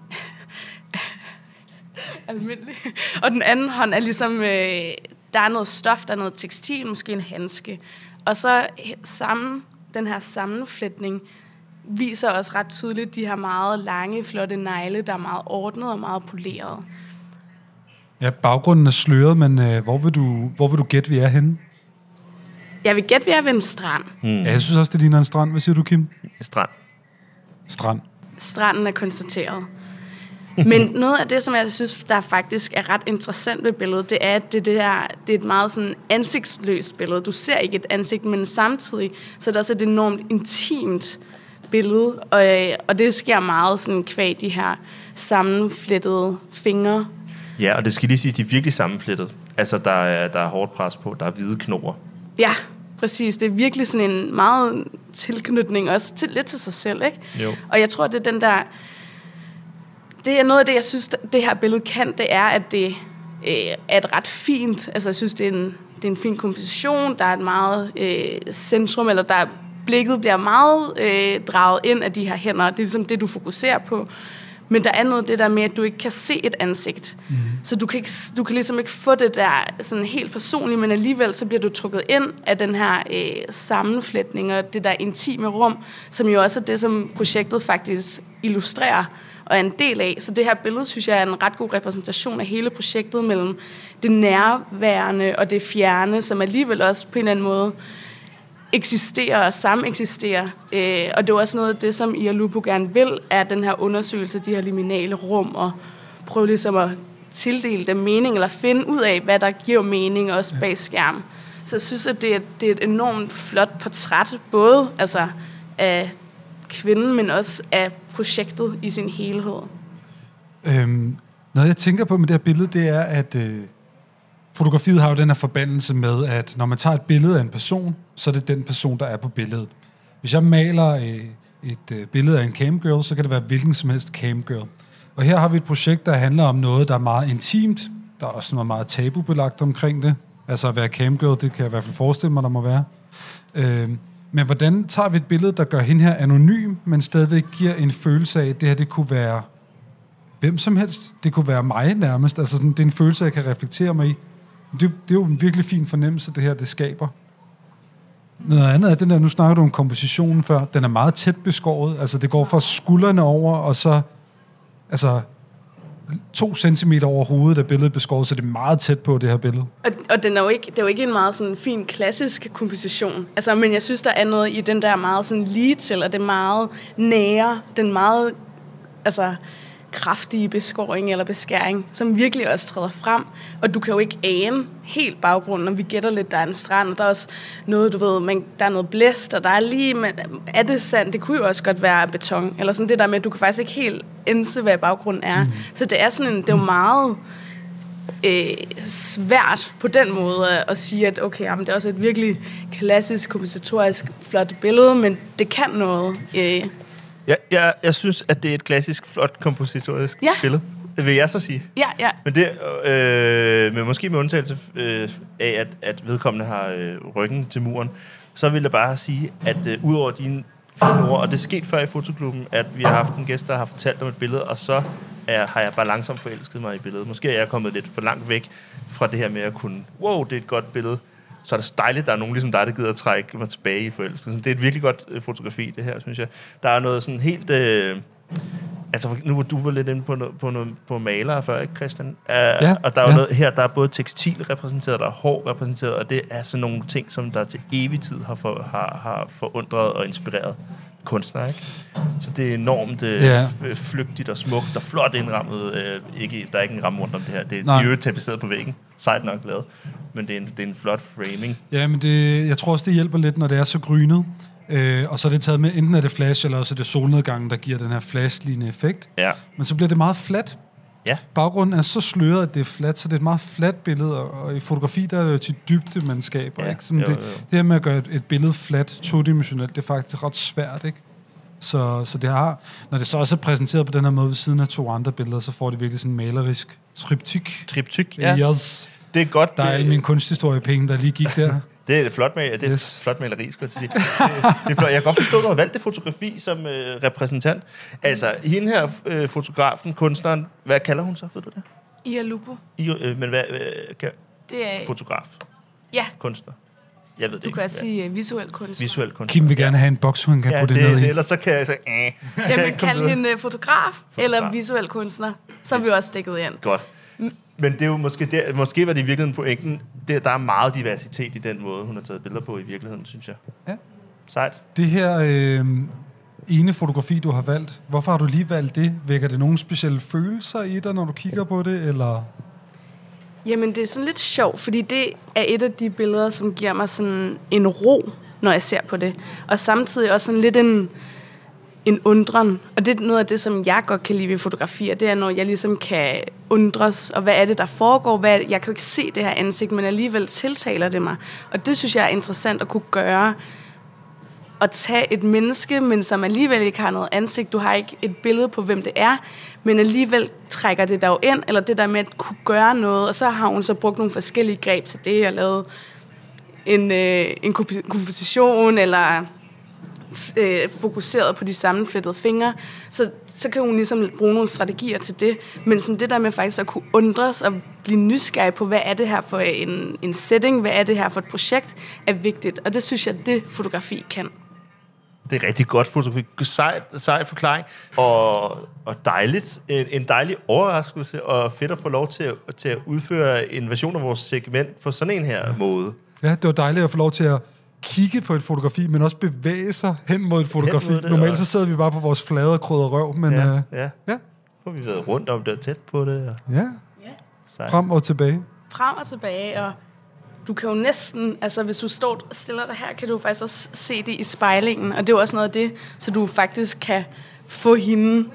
almindelig, og den anden hånd er ligesom der er noget stof, der er noget tekstil, måske en handske. Og så den her sammenfletning viser også ret tydeligt de her meget lange, flotte negle, der er meget ordnet og meget poleret. Ja, baggrunden er sløret, men hvor vil du gætte, vi er henne? Jeg vil gætte, vi er ved en strand. Ja, jeg synes også, det ligner en strand. Hvad siger du, Kim? Strand. Stranden er konstateret. Men noget af det, som jeg synes, der faktisk er ret interessant ved billedet, det er, at det er et meget sådan ansigtsløst billede. Du ser ikke et ansigt, men samtidig så er det også et enormt intimt billede, og det sker meget sådan kvad de her sammenflettede fingre. Ja, og det skal lige sige, de er virkelig sammenflettet. Altså, der er hårdt pres på, der er hvide knopper. Ja, præcis. Det er virkelig sådan en meget tilknytning også lidt til sig selv, ikke? Jo. Og jeg tror, det er den der... Det er noget af det, jeg synes, det her billede kan, det er, at det er et ret fint... Altså, jeg synes, det er en fin komposition. Der er et meget centrum, eller blikket bliver meget draget ind af de her hænder. Det er ligesom det, du fokuserer på. Men der er noget det der med, at du ikke kan se et ansigt. Mm. Så du kan ligesom ikke få det der sådan helt personligt, men alligevel så bliver du trukket ind af den her sammenfletning og det der intime rum, som jo også er det, som projektet faktisk illustrerer. og er en del af. Så det her billede, synes jeg, er en ret god repræsentation af hele projektet mellem det nærværende og det fjerne, som alligevel også på en eller anden måde eksisterer og sameksisterer. Og det er også noget af det, som Ira Lupo gerne vil, er den her undersøgelse, de her liminale rum, og prøve ligesom at tildele dem mening, eller finde ud af, hvad der giver mening, også bag skærmen. Så jeg synes, at det er et enormt flot portræt, både altså af kvinden, men også af projektet i sin helhed. Noget jeg tænker på med det her billede, det er, at fotografiet har jo den her forbandelse med, at når man tager et billede af en person, så er det den person, der er på billedet. Hvis jeg maler et billede af en camgirl, så kan det være hvilken som helst camgirl. Og her har vi et projekt, der handler om noget, der er meget intimt. Der er også noget meget tabubelagt omkring det. Altså at være camgirl, det kan jeg i hvert fald forestille mig, der må være. Men hvordan tager vi et billede, der gør hende her anonym, men stadigvæk giver en følelse af, at det her det kunne være hvem som helst. Det kunne være mig nærmest. Altså sådan, det er en følelse, jeg kan reflektere mig i. Det er jo en virkelig fin fornemmelse, det her, det skaber. Noget andet er den der, nu snakker du om kompositionen før, den er meget tæt beskåret. Altså det går fra skuldrene over, og så 2 centimeter over hovedet af billedet beskåret, så det er meget tæt på det her billede. Og det er jo ikke en meget sådan fin klassisk komposition. Altså, men jeg synes, der er noget i den der meget sådan lige til, og det meget nære, den meget kraftige beskåring eller beskæring, som virkelig også træder frem. Og du kan jo ikke ane helt baggrunden, når vi gætter lidt, der er en strand, og der er også noget, du ved, der er noget blæst, og der er lige, men er det sand? Det kunne jo også godt være beton, eller sådan det der med, at du kan faktisk ikke helt indse, hvad baggrunden er. Så det er sådan det er jo meget svært på den måde at sige, at okay, jamen, det er også et virkelig klassisk, kompositorisk, flot billede, men det kan noget. Jeg synes, at det er et klassisk, flot, kompositorisk billede. Vil jeg så sige. Ja. Men det, men måske med undtagelse af, at vedkommende har ryggen til muren, så vil jeg bare sige, at udover dine fine ord, og det er sket før i Fotoklubben, at vi har haft en gæst, der har fortalt om et billede, og så har jeg bare langsomt forelsket mig i billedet. Måske er jeg kommet lidt for langt væk fra det her med at kunne, wow, det er et godt billede. Så er det så dejligt, at der er nogen ligesom dig, der gider at trække mig tilbage i forelskelsen. Det er et virkelig godt fotografi, det her, synes jeg. Der er noget sådan helt... nu var du lidt inde på malere før, ikke, Christian? Og der er jo noget her, der er både tekstil repræsenteret, der er hår repræsenteret, og det er sådan nogle ting, som der til evig tid har forundret og inspireret kunstnere, ikke? Så det er enormt flygtigt og smukt og flot indrammet. Der er ikke en ramme rundt om det her. Det er jo tapetseret på væggen. Sejt nok lavet. Men det er en flot framing. Ja, men jeg tror også, det hjælper lidt, når det er så grynet. Og så er det taget med, enten er det flash, eller også er det solnedgangen, der giver den her flash-lignende effekt. Ja. Men så bliver det meget fladt. Ja. Baggrunden er så sløret, at det er fladt, så det er et meget fladt billede, og i fotografi, der er det jo til dybde, man skaber. Ikke? Sådan det her med at gøre et billede fladt, todimensionelt, det er faktisk ret svært, ikke? Så det har, når det så også er præsenteret på den her måde ved siden af 2 andre billeder, så får det virkelig sådan en malerisk triptyk. Triptyk, ja. Yes. Det er godt. Der er alle mine kunsthistoriepenge, der lige gik der. Det er flot flot maleri, skulle jeg sige. Det er flot. Jeg kan godt forstå, at du har valgt det fotografi som repræsentant. Altså, hende her, fotografen, kunstneren, hvad kalder hun så, ved du det? Ira Lupo. Men hvad det er fotograf? Ja. Kunstner? Jeg ved det du kan også sige visuel kunstner. Visuel kunstner. Kim vil gerne have en boks, hun kan putte det ned i. Ellers så kan jeg sige, Jeg vil kalde hende fotograf eller visuel kunstner. Så er vi også dækket ind. Godt. Men det er jo måske var det i virkeligheden pointen. Der er meget diversitet i den måde, hun har taget billeder på i virkeligheden, synes jeg. Ja. Sejt. Det her ene fotografi, du har valgt, hvorfor har du lige valgt det? Vækker det nogle specielle følelser i dig, når du kigger på det, eller? Jamen, det er sådan lidt sjovt, fordi det er et af de billeder, som giver mig sådan en ro, når jeg ser på det. Og samtidig også sådan lidt en undren. Og det er noget af det, som jeg godt kan lide ved fotografier. Det er, når jeg ligesom kan undres, og hvad er det, der foregår? Jeg kan jo ikke se det her ansigt, men alligevel tiltaler det mig. Og det synes jeg er interessant at kunne gøre. At tage et menneske, men som alligevel ikke har noget ansigt. Du har ikke et billede på, hvem det er, men alligevel trækker det der jo ind, eller det der med at kunne gøre noget. Og så har hun så brugt nogle forskellige greb til det, og lavet en komposition, eller fokuseret på de sammenflettede fingre, så kan hun ligesom bruge nogle strategier til det. Men sådan det der med faktisk at kunne undres og blive nysgerrig på, hvad er det her for en setting, hvad er det her for et projekt, er vigtigt. Og det synes jeg, det fotografi kan. Det er rigtig godt fotografi. Sej forklaring. Og dejligt. En dejlig overraskelse, og fedt at få lov til at udføre en version af vores segment på sådan en her måde. Ja, det var dejligt at få lov til at kigge på et fotografi, men også bevæge sig hen mod et fotografi. Normalt så sidder vi bare på vores flade krydder røv, men... Ja. Nu har vi været rundt om det og tæt på det. Ja. Frem og tilbage. Frem og tilbage, og du kan jo næsten, altså hvis du stiller dig her, kan du faktisk også se det i spejlingen, og det er jo også noget af det, så du faktisk kan få hende.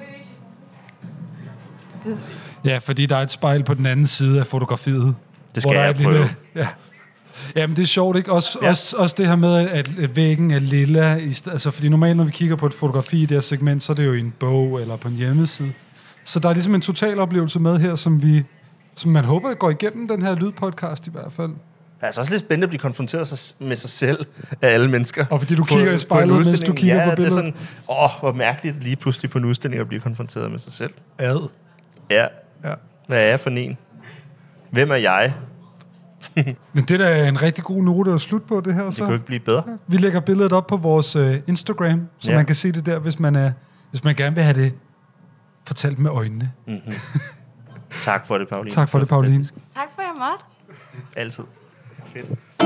Ja, fordi der er et spejl på den anden side af fotografiet. Det skal jeg prøve. Jamen, det er sjovt, ikke? Også det her med, at væggen er lilla. Altså, fordi normalt, når vi kigger på et fotografi i det her segment, så er det jo i en bog eller på en hjemmeside. Så der er ligesom en total oplevelse med her, som man håber går igennem den her lydpodcast i hvert fald. Ja, det er også lidt spændende at blive konfronteret med sig selv af alle mennesker. Og fordi du kigger i spejlet, mens du kigger på billedet. Det er sådan, hvor mærkeligt lige pludselig på en udstilling at blive konfronteret med sig selv. Ja. Hvad er jeg for en? Hvem er jeg? Men det der er en rigtig god note at slutte på det her. Så. Det kunne ikke blive bedre. Vi lægger billedet op på vores Instagram, så man kan se det der, hvis man gerne vil have det fortalt med øjnene. Mm-hmm. Tak for det, Pauline. Tak for det, Pauline. Tak for, jeg måtte. Altid. Fedt.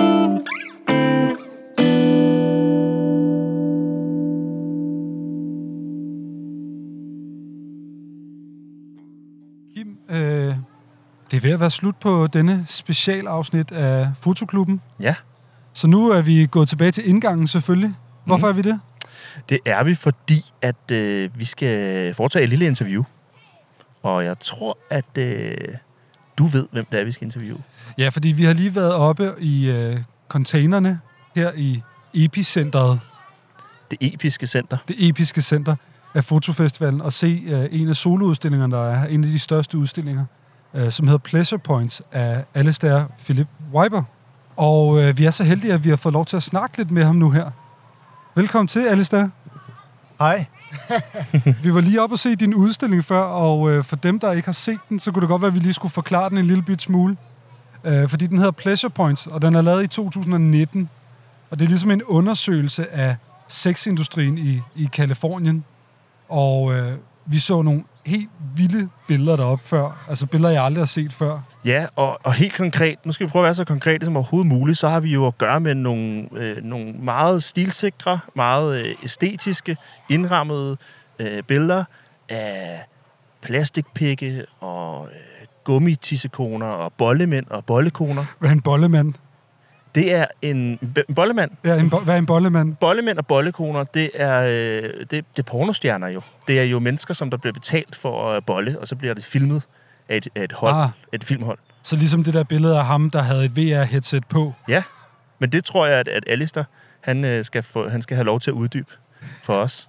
Kim, det er ved at være slut på denne specialafsnit af Fotoklubben. Ja. Så nu er vi gået tilbage til indgangen selvfølgelig. Hvorfor er vi det? Det er vi, fordi at vi skal foretage et lille interview. Og jeg tror, at du ved, hvem det er, vi skal interviewe. Ja, fordi vi har lige været oppe i containerne her i Epicenteret. Det episke center. Det episke center af Fotofestivalen. Og se en af soloudstillingerne, der er her. En af de største udstillinger, som hedder Pleasure Points af Alistair Philip Weiber. Og vi er så heldige, at vi har fået lov til at snakke lidt med ham nu her. Velkommen til, Alistair. Hej. Vi var lige oppe og se din udstilling før, og for dem, der ikke har set den, så kunne det godt være, at vi lige skulle forklare den en lille bit smule. Fordi den hedder Pleasure Points, og den er lavet i 2019. Og det er ligesom en undersøgelse af sexindustrien i Californien. Og vi så nogle helt vilde billeder deroppe før. Altså billeder, jeg aldrig har set før. Ja, og helt konkret, nu skal vi prøve at være så konkrete som overhovedet muligt, så har vi jo at gøre med nogle meget stilsikre, meget æstetiske, indrammede billeder af plastikpikke og gummitissekoner og bollemænd og bollekoner. Hvad er en bollemand? Det er en bollemand. Ja, hvad er en bollemand? Bollemænd og bollekoner, det er pornostjerner jo. Det er jo mennesker, som der bliver betalt for at bolle, og så bliver det filmet af et hold, et filmhold. Så ligesom det der billede af ham, der havde et VR-headset på? Ja, men det tror jeg, at Alistair, han skal have lov til at uddybe for os.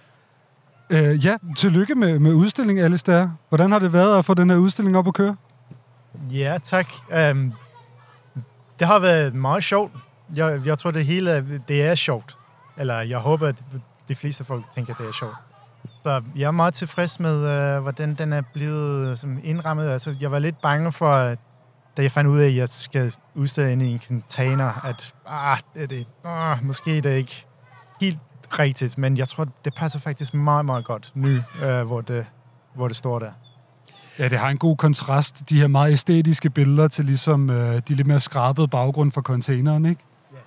Ja, tillykke med udstillingen, Alistair. Hvordan har det været at få den her udstilling op at køre? Ja, tak. Det har været meget sjovt. Jeg tror, det hele det er sjovt. Eller jeg håber, at de fleste folk tænker, at det er sjovt. Så jeg er meget tilfreds med, hvordan den er blevet indrammet. Altså, jeg var lidt bange for, da jeg fandt ud af, at jeg skal udstille inde i en container, at måske det er ikke helt rigtigt, men jeg tror, det passer faktisk meget, meget godt nu, hvor det står der. Ja, det har en god kontrast, de her meget æstetiske billeder til ligesom de lidt mere skrabede baggrund for containeren, ikke?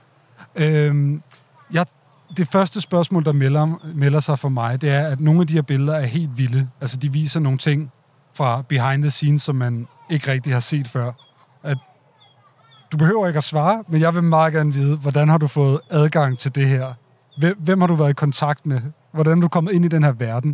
Yeah. Det første spørgsmål, der melder sig for mig, det er, at nogle af de her billeder er helt vilde. Altså, de viser nogle ting fra behind the scenes, som man ikke rigtig har set før. Du behøver ikke at svare, men jeg vil meget gerne vide, hvordan har du fået adgang til det her? Hvem har du været i kontakt med? Hvordan er du kommet ind i den her verden?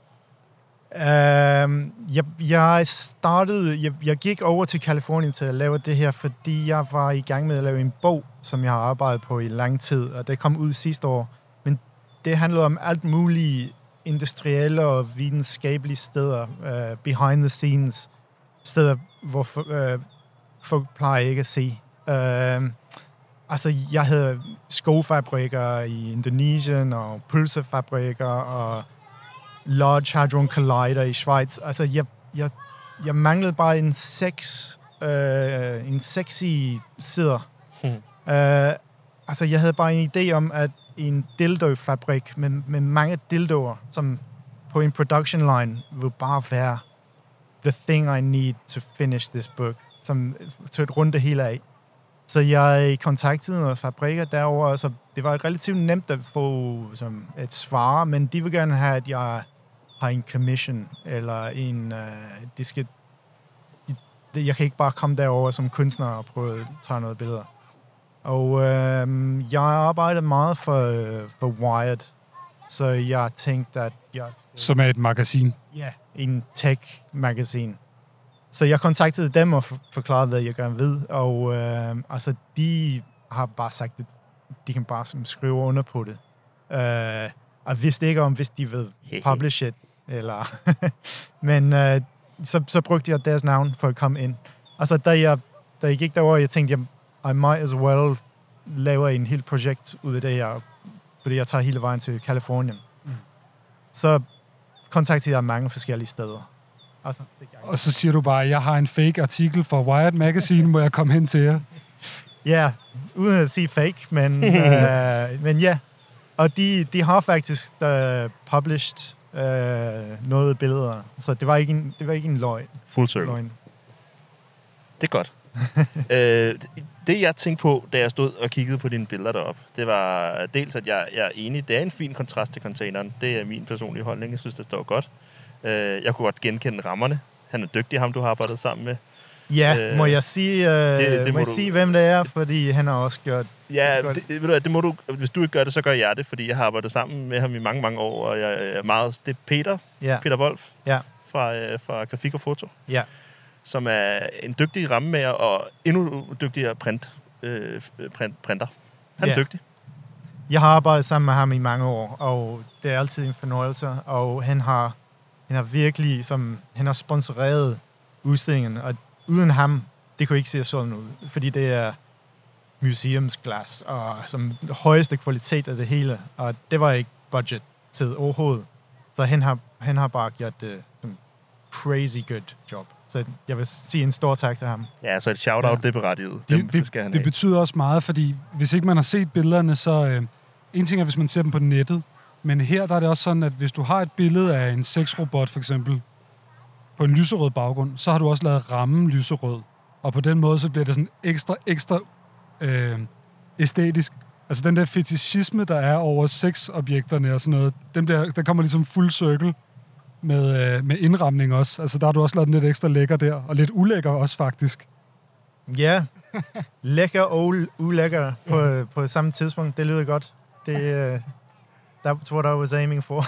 Jeg gik over til Californien til at lave det her, fordi jeg var i gang med at lave en bog, som jeg har arbejdet på i lang tid, og det kom ud sidste år. Men det handlede om alt muligt industrielle og videnskabelige steder, behind the scenes, steder, hvor folk plejer ikke at se. Altså, jeg havde skofabrikker i Indonesien, og pølsefabrikker, og Large Hadron Collider i Schweiz. Altså, jeg manglede bare en sexy sider. Altså, jeg havde bare en idé om, at en dildo-fabrik med mange dildoer, som på en production line vil bare være the thing I need to finish this book, som til at runde det hele af. Så jeg kontaktede nogle fabrikker derovre, så det var relativt nemt at få som et svar, men de vil gerne have, at jeg har en commission, eller en... jeg kan ikke bare komme derover som kunstner og prøve at tage noget billeder. Og jeg arbejder meget for Wired, så jeg tænkte, at jeg... Som er et magasin? Ja, en tech-magasin. Så jeg kontaktede dem og forklarede, hvad jeg gerne ved, og altså, de har bare sagt, at de kan bare skrive under på det. Og vidste ikke om, hvis de vil publish it, eller... Men så brugte jeg deres navn for at komme ind. Altså, da jeg gik derover, jeg tænkte, I might as well lave en helt projekt ud af det her, fordi jeg tager hele vejen til Kalifornien. Så kontaktede jeg mange forskellige steder. Altså, og så siger du bare, jeg har en fake artikel fra Wired Magazine, må jeg komme hen til jer? Ja, uden at sige fake, men ja. Og de har faktisk published noget billeder, så det var ikke en løgn. Full circle. Det er godt. Det jeg tænkte på, da jeg stod og kiggede på dine billeder deroppe, det var dels, at jeg er enig, det er en fin kontrast til containeren. Det er min personlige holdning. Jeg synes, det står godt. Jeg kunne godt genkende rammerne. Han er dygtig, ham du har arbejdet sammen med. Ja, må jeg sige, hvem det er, fordi han har også gjort... Ja, det må du... Hvis du ikke gør det, så gør jeg det, fordi jeg har arbejdet sammen med ham i mange, mange år, og jeg er meget... Det er Peter Wolf fra Grafik og Foto, som er en dygtig rammemager og endnu dygtigere printer. Han er dygtig. Jeg har arbejdet sammen med ham i mange år, og det er altid en fornøjelse, og han har virkelig, han har sponsoreret udstillingen, og uden ham, det kunne ikke se sådan ud, fordi det er museumsglas, og som højeste kvalitet af det hele, og det var ikke budget til overhovedet. Så han har bare gjort det som crazy good job. Så jeg vil sige en stor tak til ham. Ja, så et shout-out, det er berettiget. Det betyder også meget, fordi hvis ikke man har set billederne, så en ting er, hvis man ser dem på nettet, men her der er det også sådan, at hvis du har et billede af en sexrobot for eksempel, på en lyserød baggrund, så har du også lavet rammen lyserød. Og på den måde, så bliver det sådan ekstra æstetisk. Altså den der fetishisme, der er over sexobjekterne og sådan noget, den kommer ligesom fuld cirkel med indramning også. Altså der har du også lavet den lidt ekstra lækker der, og lidt ulækker også faktisk. Ja, lækker og ulækker på samme tidspunkt. Det lyder godt. That's what I was aiming for.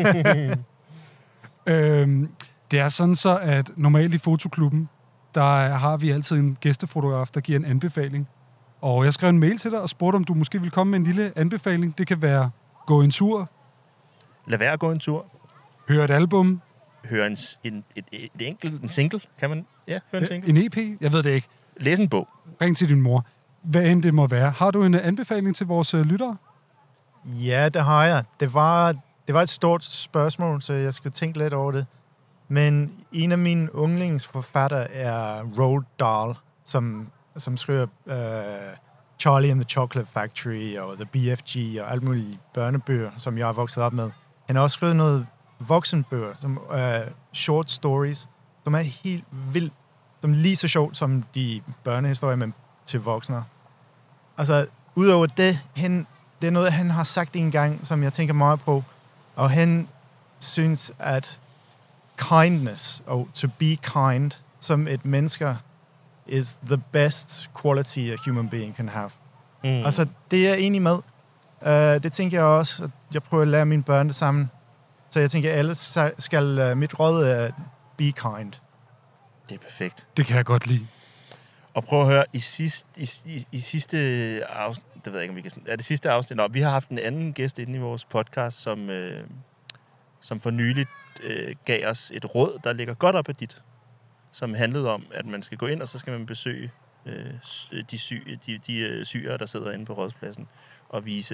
Det er sådan så, at normalt i Fotoklubben, der har vi altid en gæstefotograf, der giver en anbefaling. Og jeg skrev en mail til dig og spurgte, om du måske ville komme med en lille anbefaling. Det kan være gå en tur. Lad være at gå en tur. Høre et album. Høre en single, kan man? Ja, høre en single. En EP? Jeg ved det ikke. Læs en bog. Ring til din mor. Hvad end det må være. Har du en anbefaling til vores lyttere? Ja, det har jeg. Det var et stort spørgsmål, så jeg skal tænke lidt over det. Men en af mine yndlingsforfattere er Roald Dahl, som skriver Charlie and the Chocolate Factory og The BFG og alt muligt børnebøger, som jeg har vokset op med. Han har også skrevet noget voksenbøger, som short stories, som er helt vildt, som er lige så sjovt som de børnehistorier til voksne. Altså, udover det, det er noget, han har sagt en gang, som jeg tænker meget på, og han synes, at kindness, og to be kind, som et menneske, is the best quality a human being can have. Altså, det er jeg enig med. Det tænker jeg også, at jeg prøver at lære mine børn det sammen. Så jeg tænker, at alle skal, mit råd er be kind. Det er perfekt. Det kan jeg godt lide. Og prøv at høre, i sidste afsnit, det ved jeg ikke, om vi kan... Er det sidste afsnit? Nå, vi har haft en anden gæst inde i vores podcast, som for nyligt gav os et råd, der ligger godt op ad dit, som handlede om, at man skal gå ind, og så skal man besøge de syere, der sidder inde på Rådspladsen, og vise,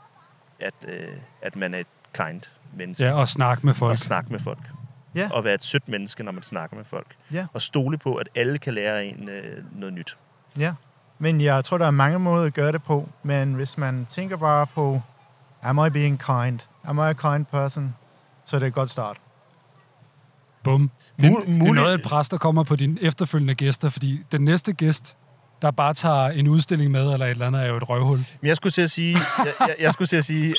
at man er et kind menneske. Ja, og snakke med folk. Og snakke med folk. Ja. Og være et sødt menneske, når man snakker med folk. Ja. Og stole på, at alle kan lære en noget nyt. Ja, men jeg tror, der er mange måder at gøre det på. Men hvis man tænker bare på Am I being kind? Am I a kind person? Så det er et godt start. Bum. Det er noget af et pres, der kommer på dine efterfølgende gæster, fordi den næste gæst, der bare tager en udstilling med, eller et eller andet, er jo et røvhul. Men jeg skulle til at sige,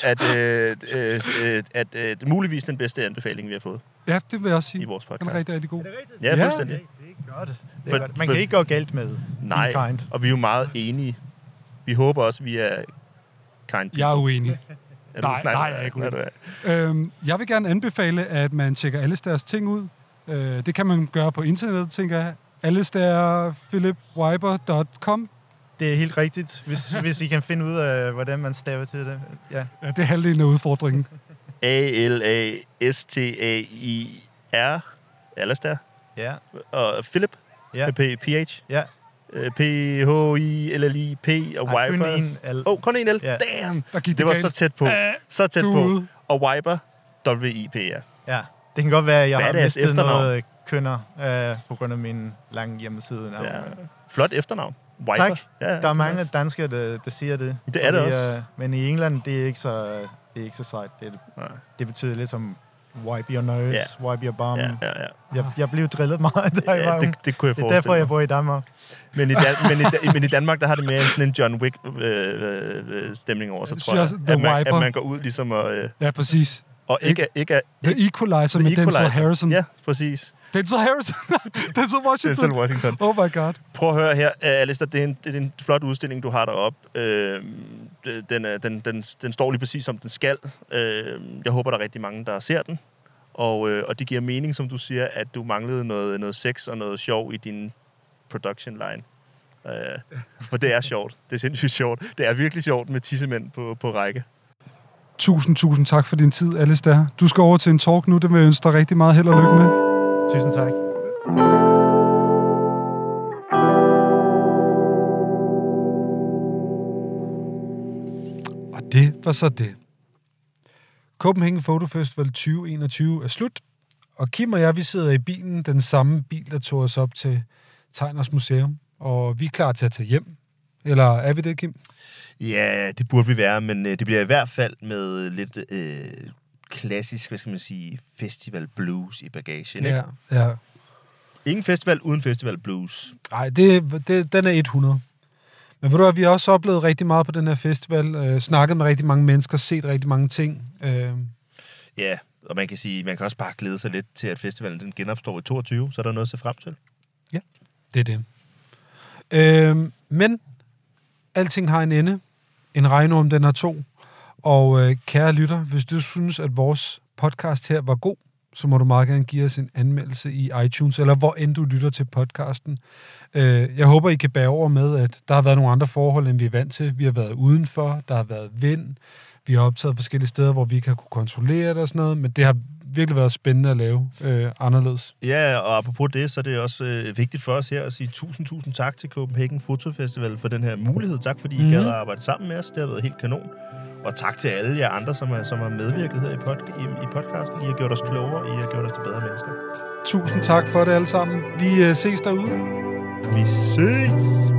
at muligvis den bedste anbefaling, vi har fået. Ja, det vil jeg også sige. I vores podcast. Den er rigtig, rigtig god. Er det rigtigt? Ja, fuldstændig. Det er godt. Man kan ikke gå galt med nej, kind. Og vi er jo meget enige. Vi håber også, vi er kind people. Jeg er uenig. Nej, jeg er ikke uenig. Jeg vil gerne anbefale, at man tjekker Alistair's ting ud. Det kan man gøre på internettet, tænker jeg. alistairphilipwiber.com. Det er helt rigtigt, hvis I kan finde ud af, hvordan man staver til det. Ja, det er halvdelen af udfordringen. Alastair. Alistair. Ja. Og Philip. Ja. Med PH. Ja. P-H-I-L-L-I-P og Wipers. Kun en L. Ja. Damn! Det var så tæt på. Så tæt på. Og Wiper. W-I-P-R. Ja. Det kan godt være, at jeg har mistet efternavn. noget kønner på grund af min lange hjemmeside. Ja. Flot efternavn. Wiper. Tak. Ja, der er mange danskere, der siger det. Det er det også. Men i England, det er ikke så sejt. Det betyder lidt som wipe your nose, wipe your bum. Ja. Jeg blev drillet meget, da jeg var det kunne jeg forestille. Det er derfor, jeg bor i Danmark. Men i Danmark, der har det mere sådan en John Wick stemning over, så tror jeg, at man går ud ligesom og... Ja, præcis. Og ikke The Equalizer med Denzel Harrison. Ja, præcis. Denzel Harrison. Denzel Washington. Oh my god. Prøv at høre her, Alistair, det er en flot udstilling, du har deroppe. Den står lige præcis, som den skal. Jeg håber, der er rigtig mange, der ser den. Og det giver mening, som du siger, at du manglede noget sex og noget sjov i din production line. For det er sjovt. Det er sindssygt sjovt. Det er virkelig sjovt med tissemænd på række. Tusind tak for din tid, Alistair. Du skal over til en talk nu. Det vil jeg ønske dig rigtig meget held og lykke med. Tusind tak. Og det var så det. Copenhagen Photo Festival 2021 er slut. Og Kim og jeg, vi sidder i bilen. Den samme bil, der tog os op til Tegners Museum. Og vi er klar til at tage hjem. Eller er vi det, Kim? Ja, det burde vi være, men det bliver i hvert fald med lidt klassisk, hvad skal man sige, festival blues i bagagen. Ikke? Ja. Ingen festival uden festival blues. Nej, den er 100. Men ved du hvad, vi har også oplevet rigtig meget på den her festival, snakket med rigtig mange mennesker, set rigtig mange ting. Ja, og man kan sige, man kan også bare glæde sig lidt til, at festivalen den genopstår i 22, så er der noget at se frem til. Ja, det er det. Men alting har en ende. En regnorm, den har 2. Og kære lytter, hvis du synes, at vores podcast her var god, så må du meget gerne give os en anmeldelse i iTunes, eller hvor end du lytter til podcasten. Jeg håber, I kan bære over med, at der har været nogle andre forhold, end vi er vant til. Vi har været udenfor, der har været vind, vi har optaget forskellige steder, hvor vi ikke har kunne kontrollere det og sådan noget, men det har virkelig været spændende at lave anderledes. Ja, og apropos det, så er det også vigtigt for os her at sige tusind tak til Copenhagen Photo Festival for den her mulighed. Tak fordi I gad at arbejde sammen med os. Det har været helt kanon. Og tak til alle jer andre, som har medvirket her i podcasten. I har gjort os klogere, I har gjort os til bedre mennesker. Tusind tak for det alle sammen. Vi ses derude. Vi ses!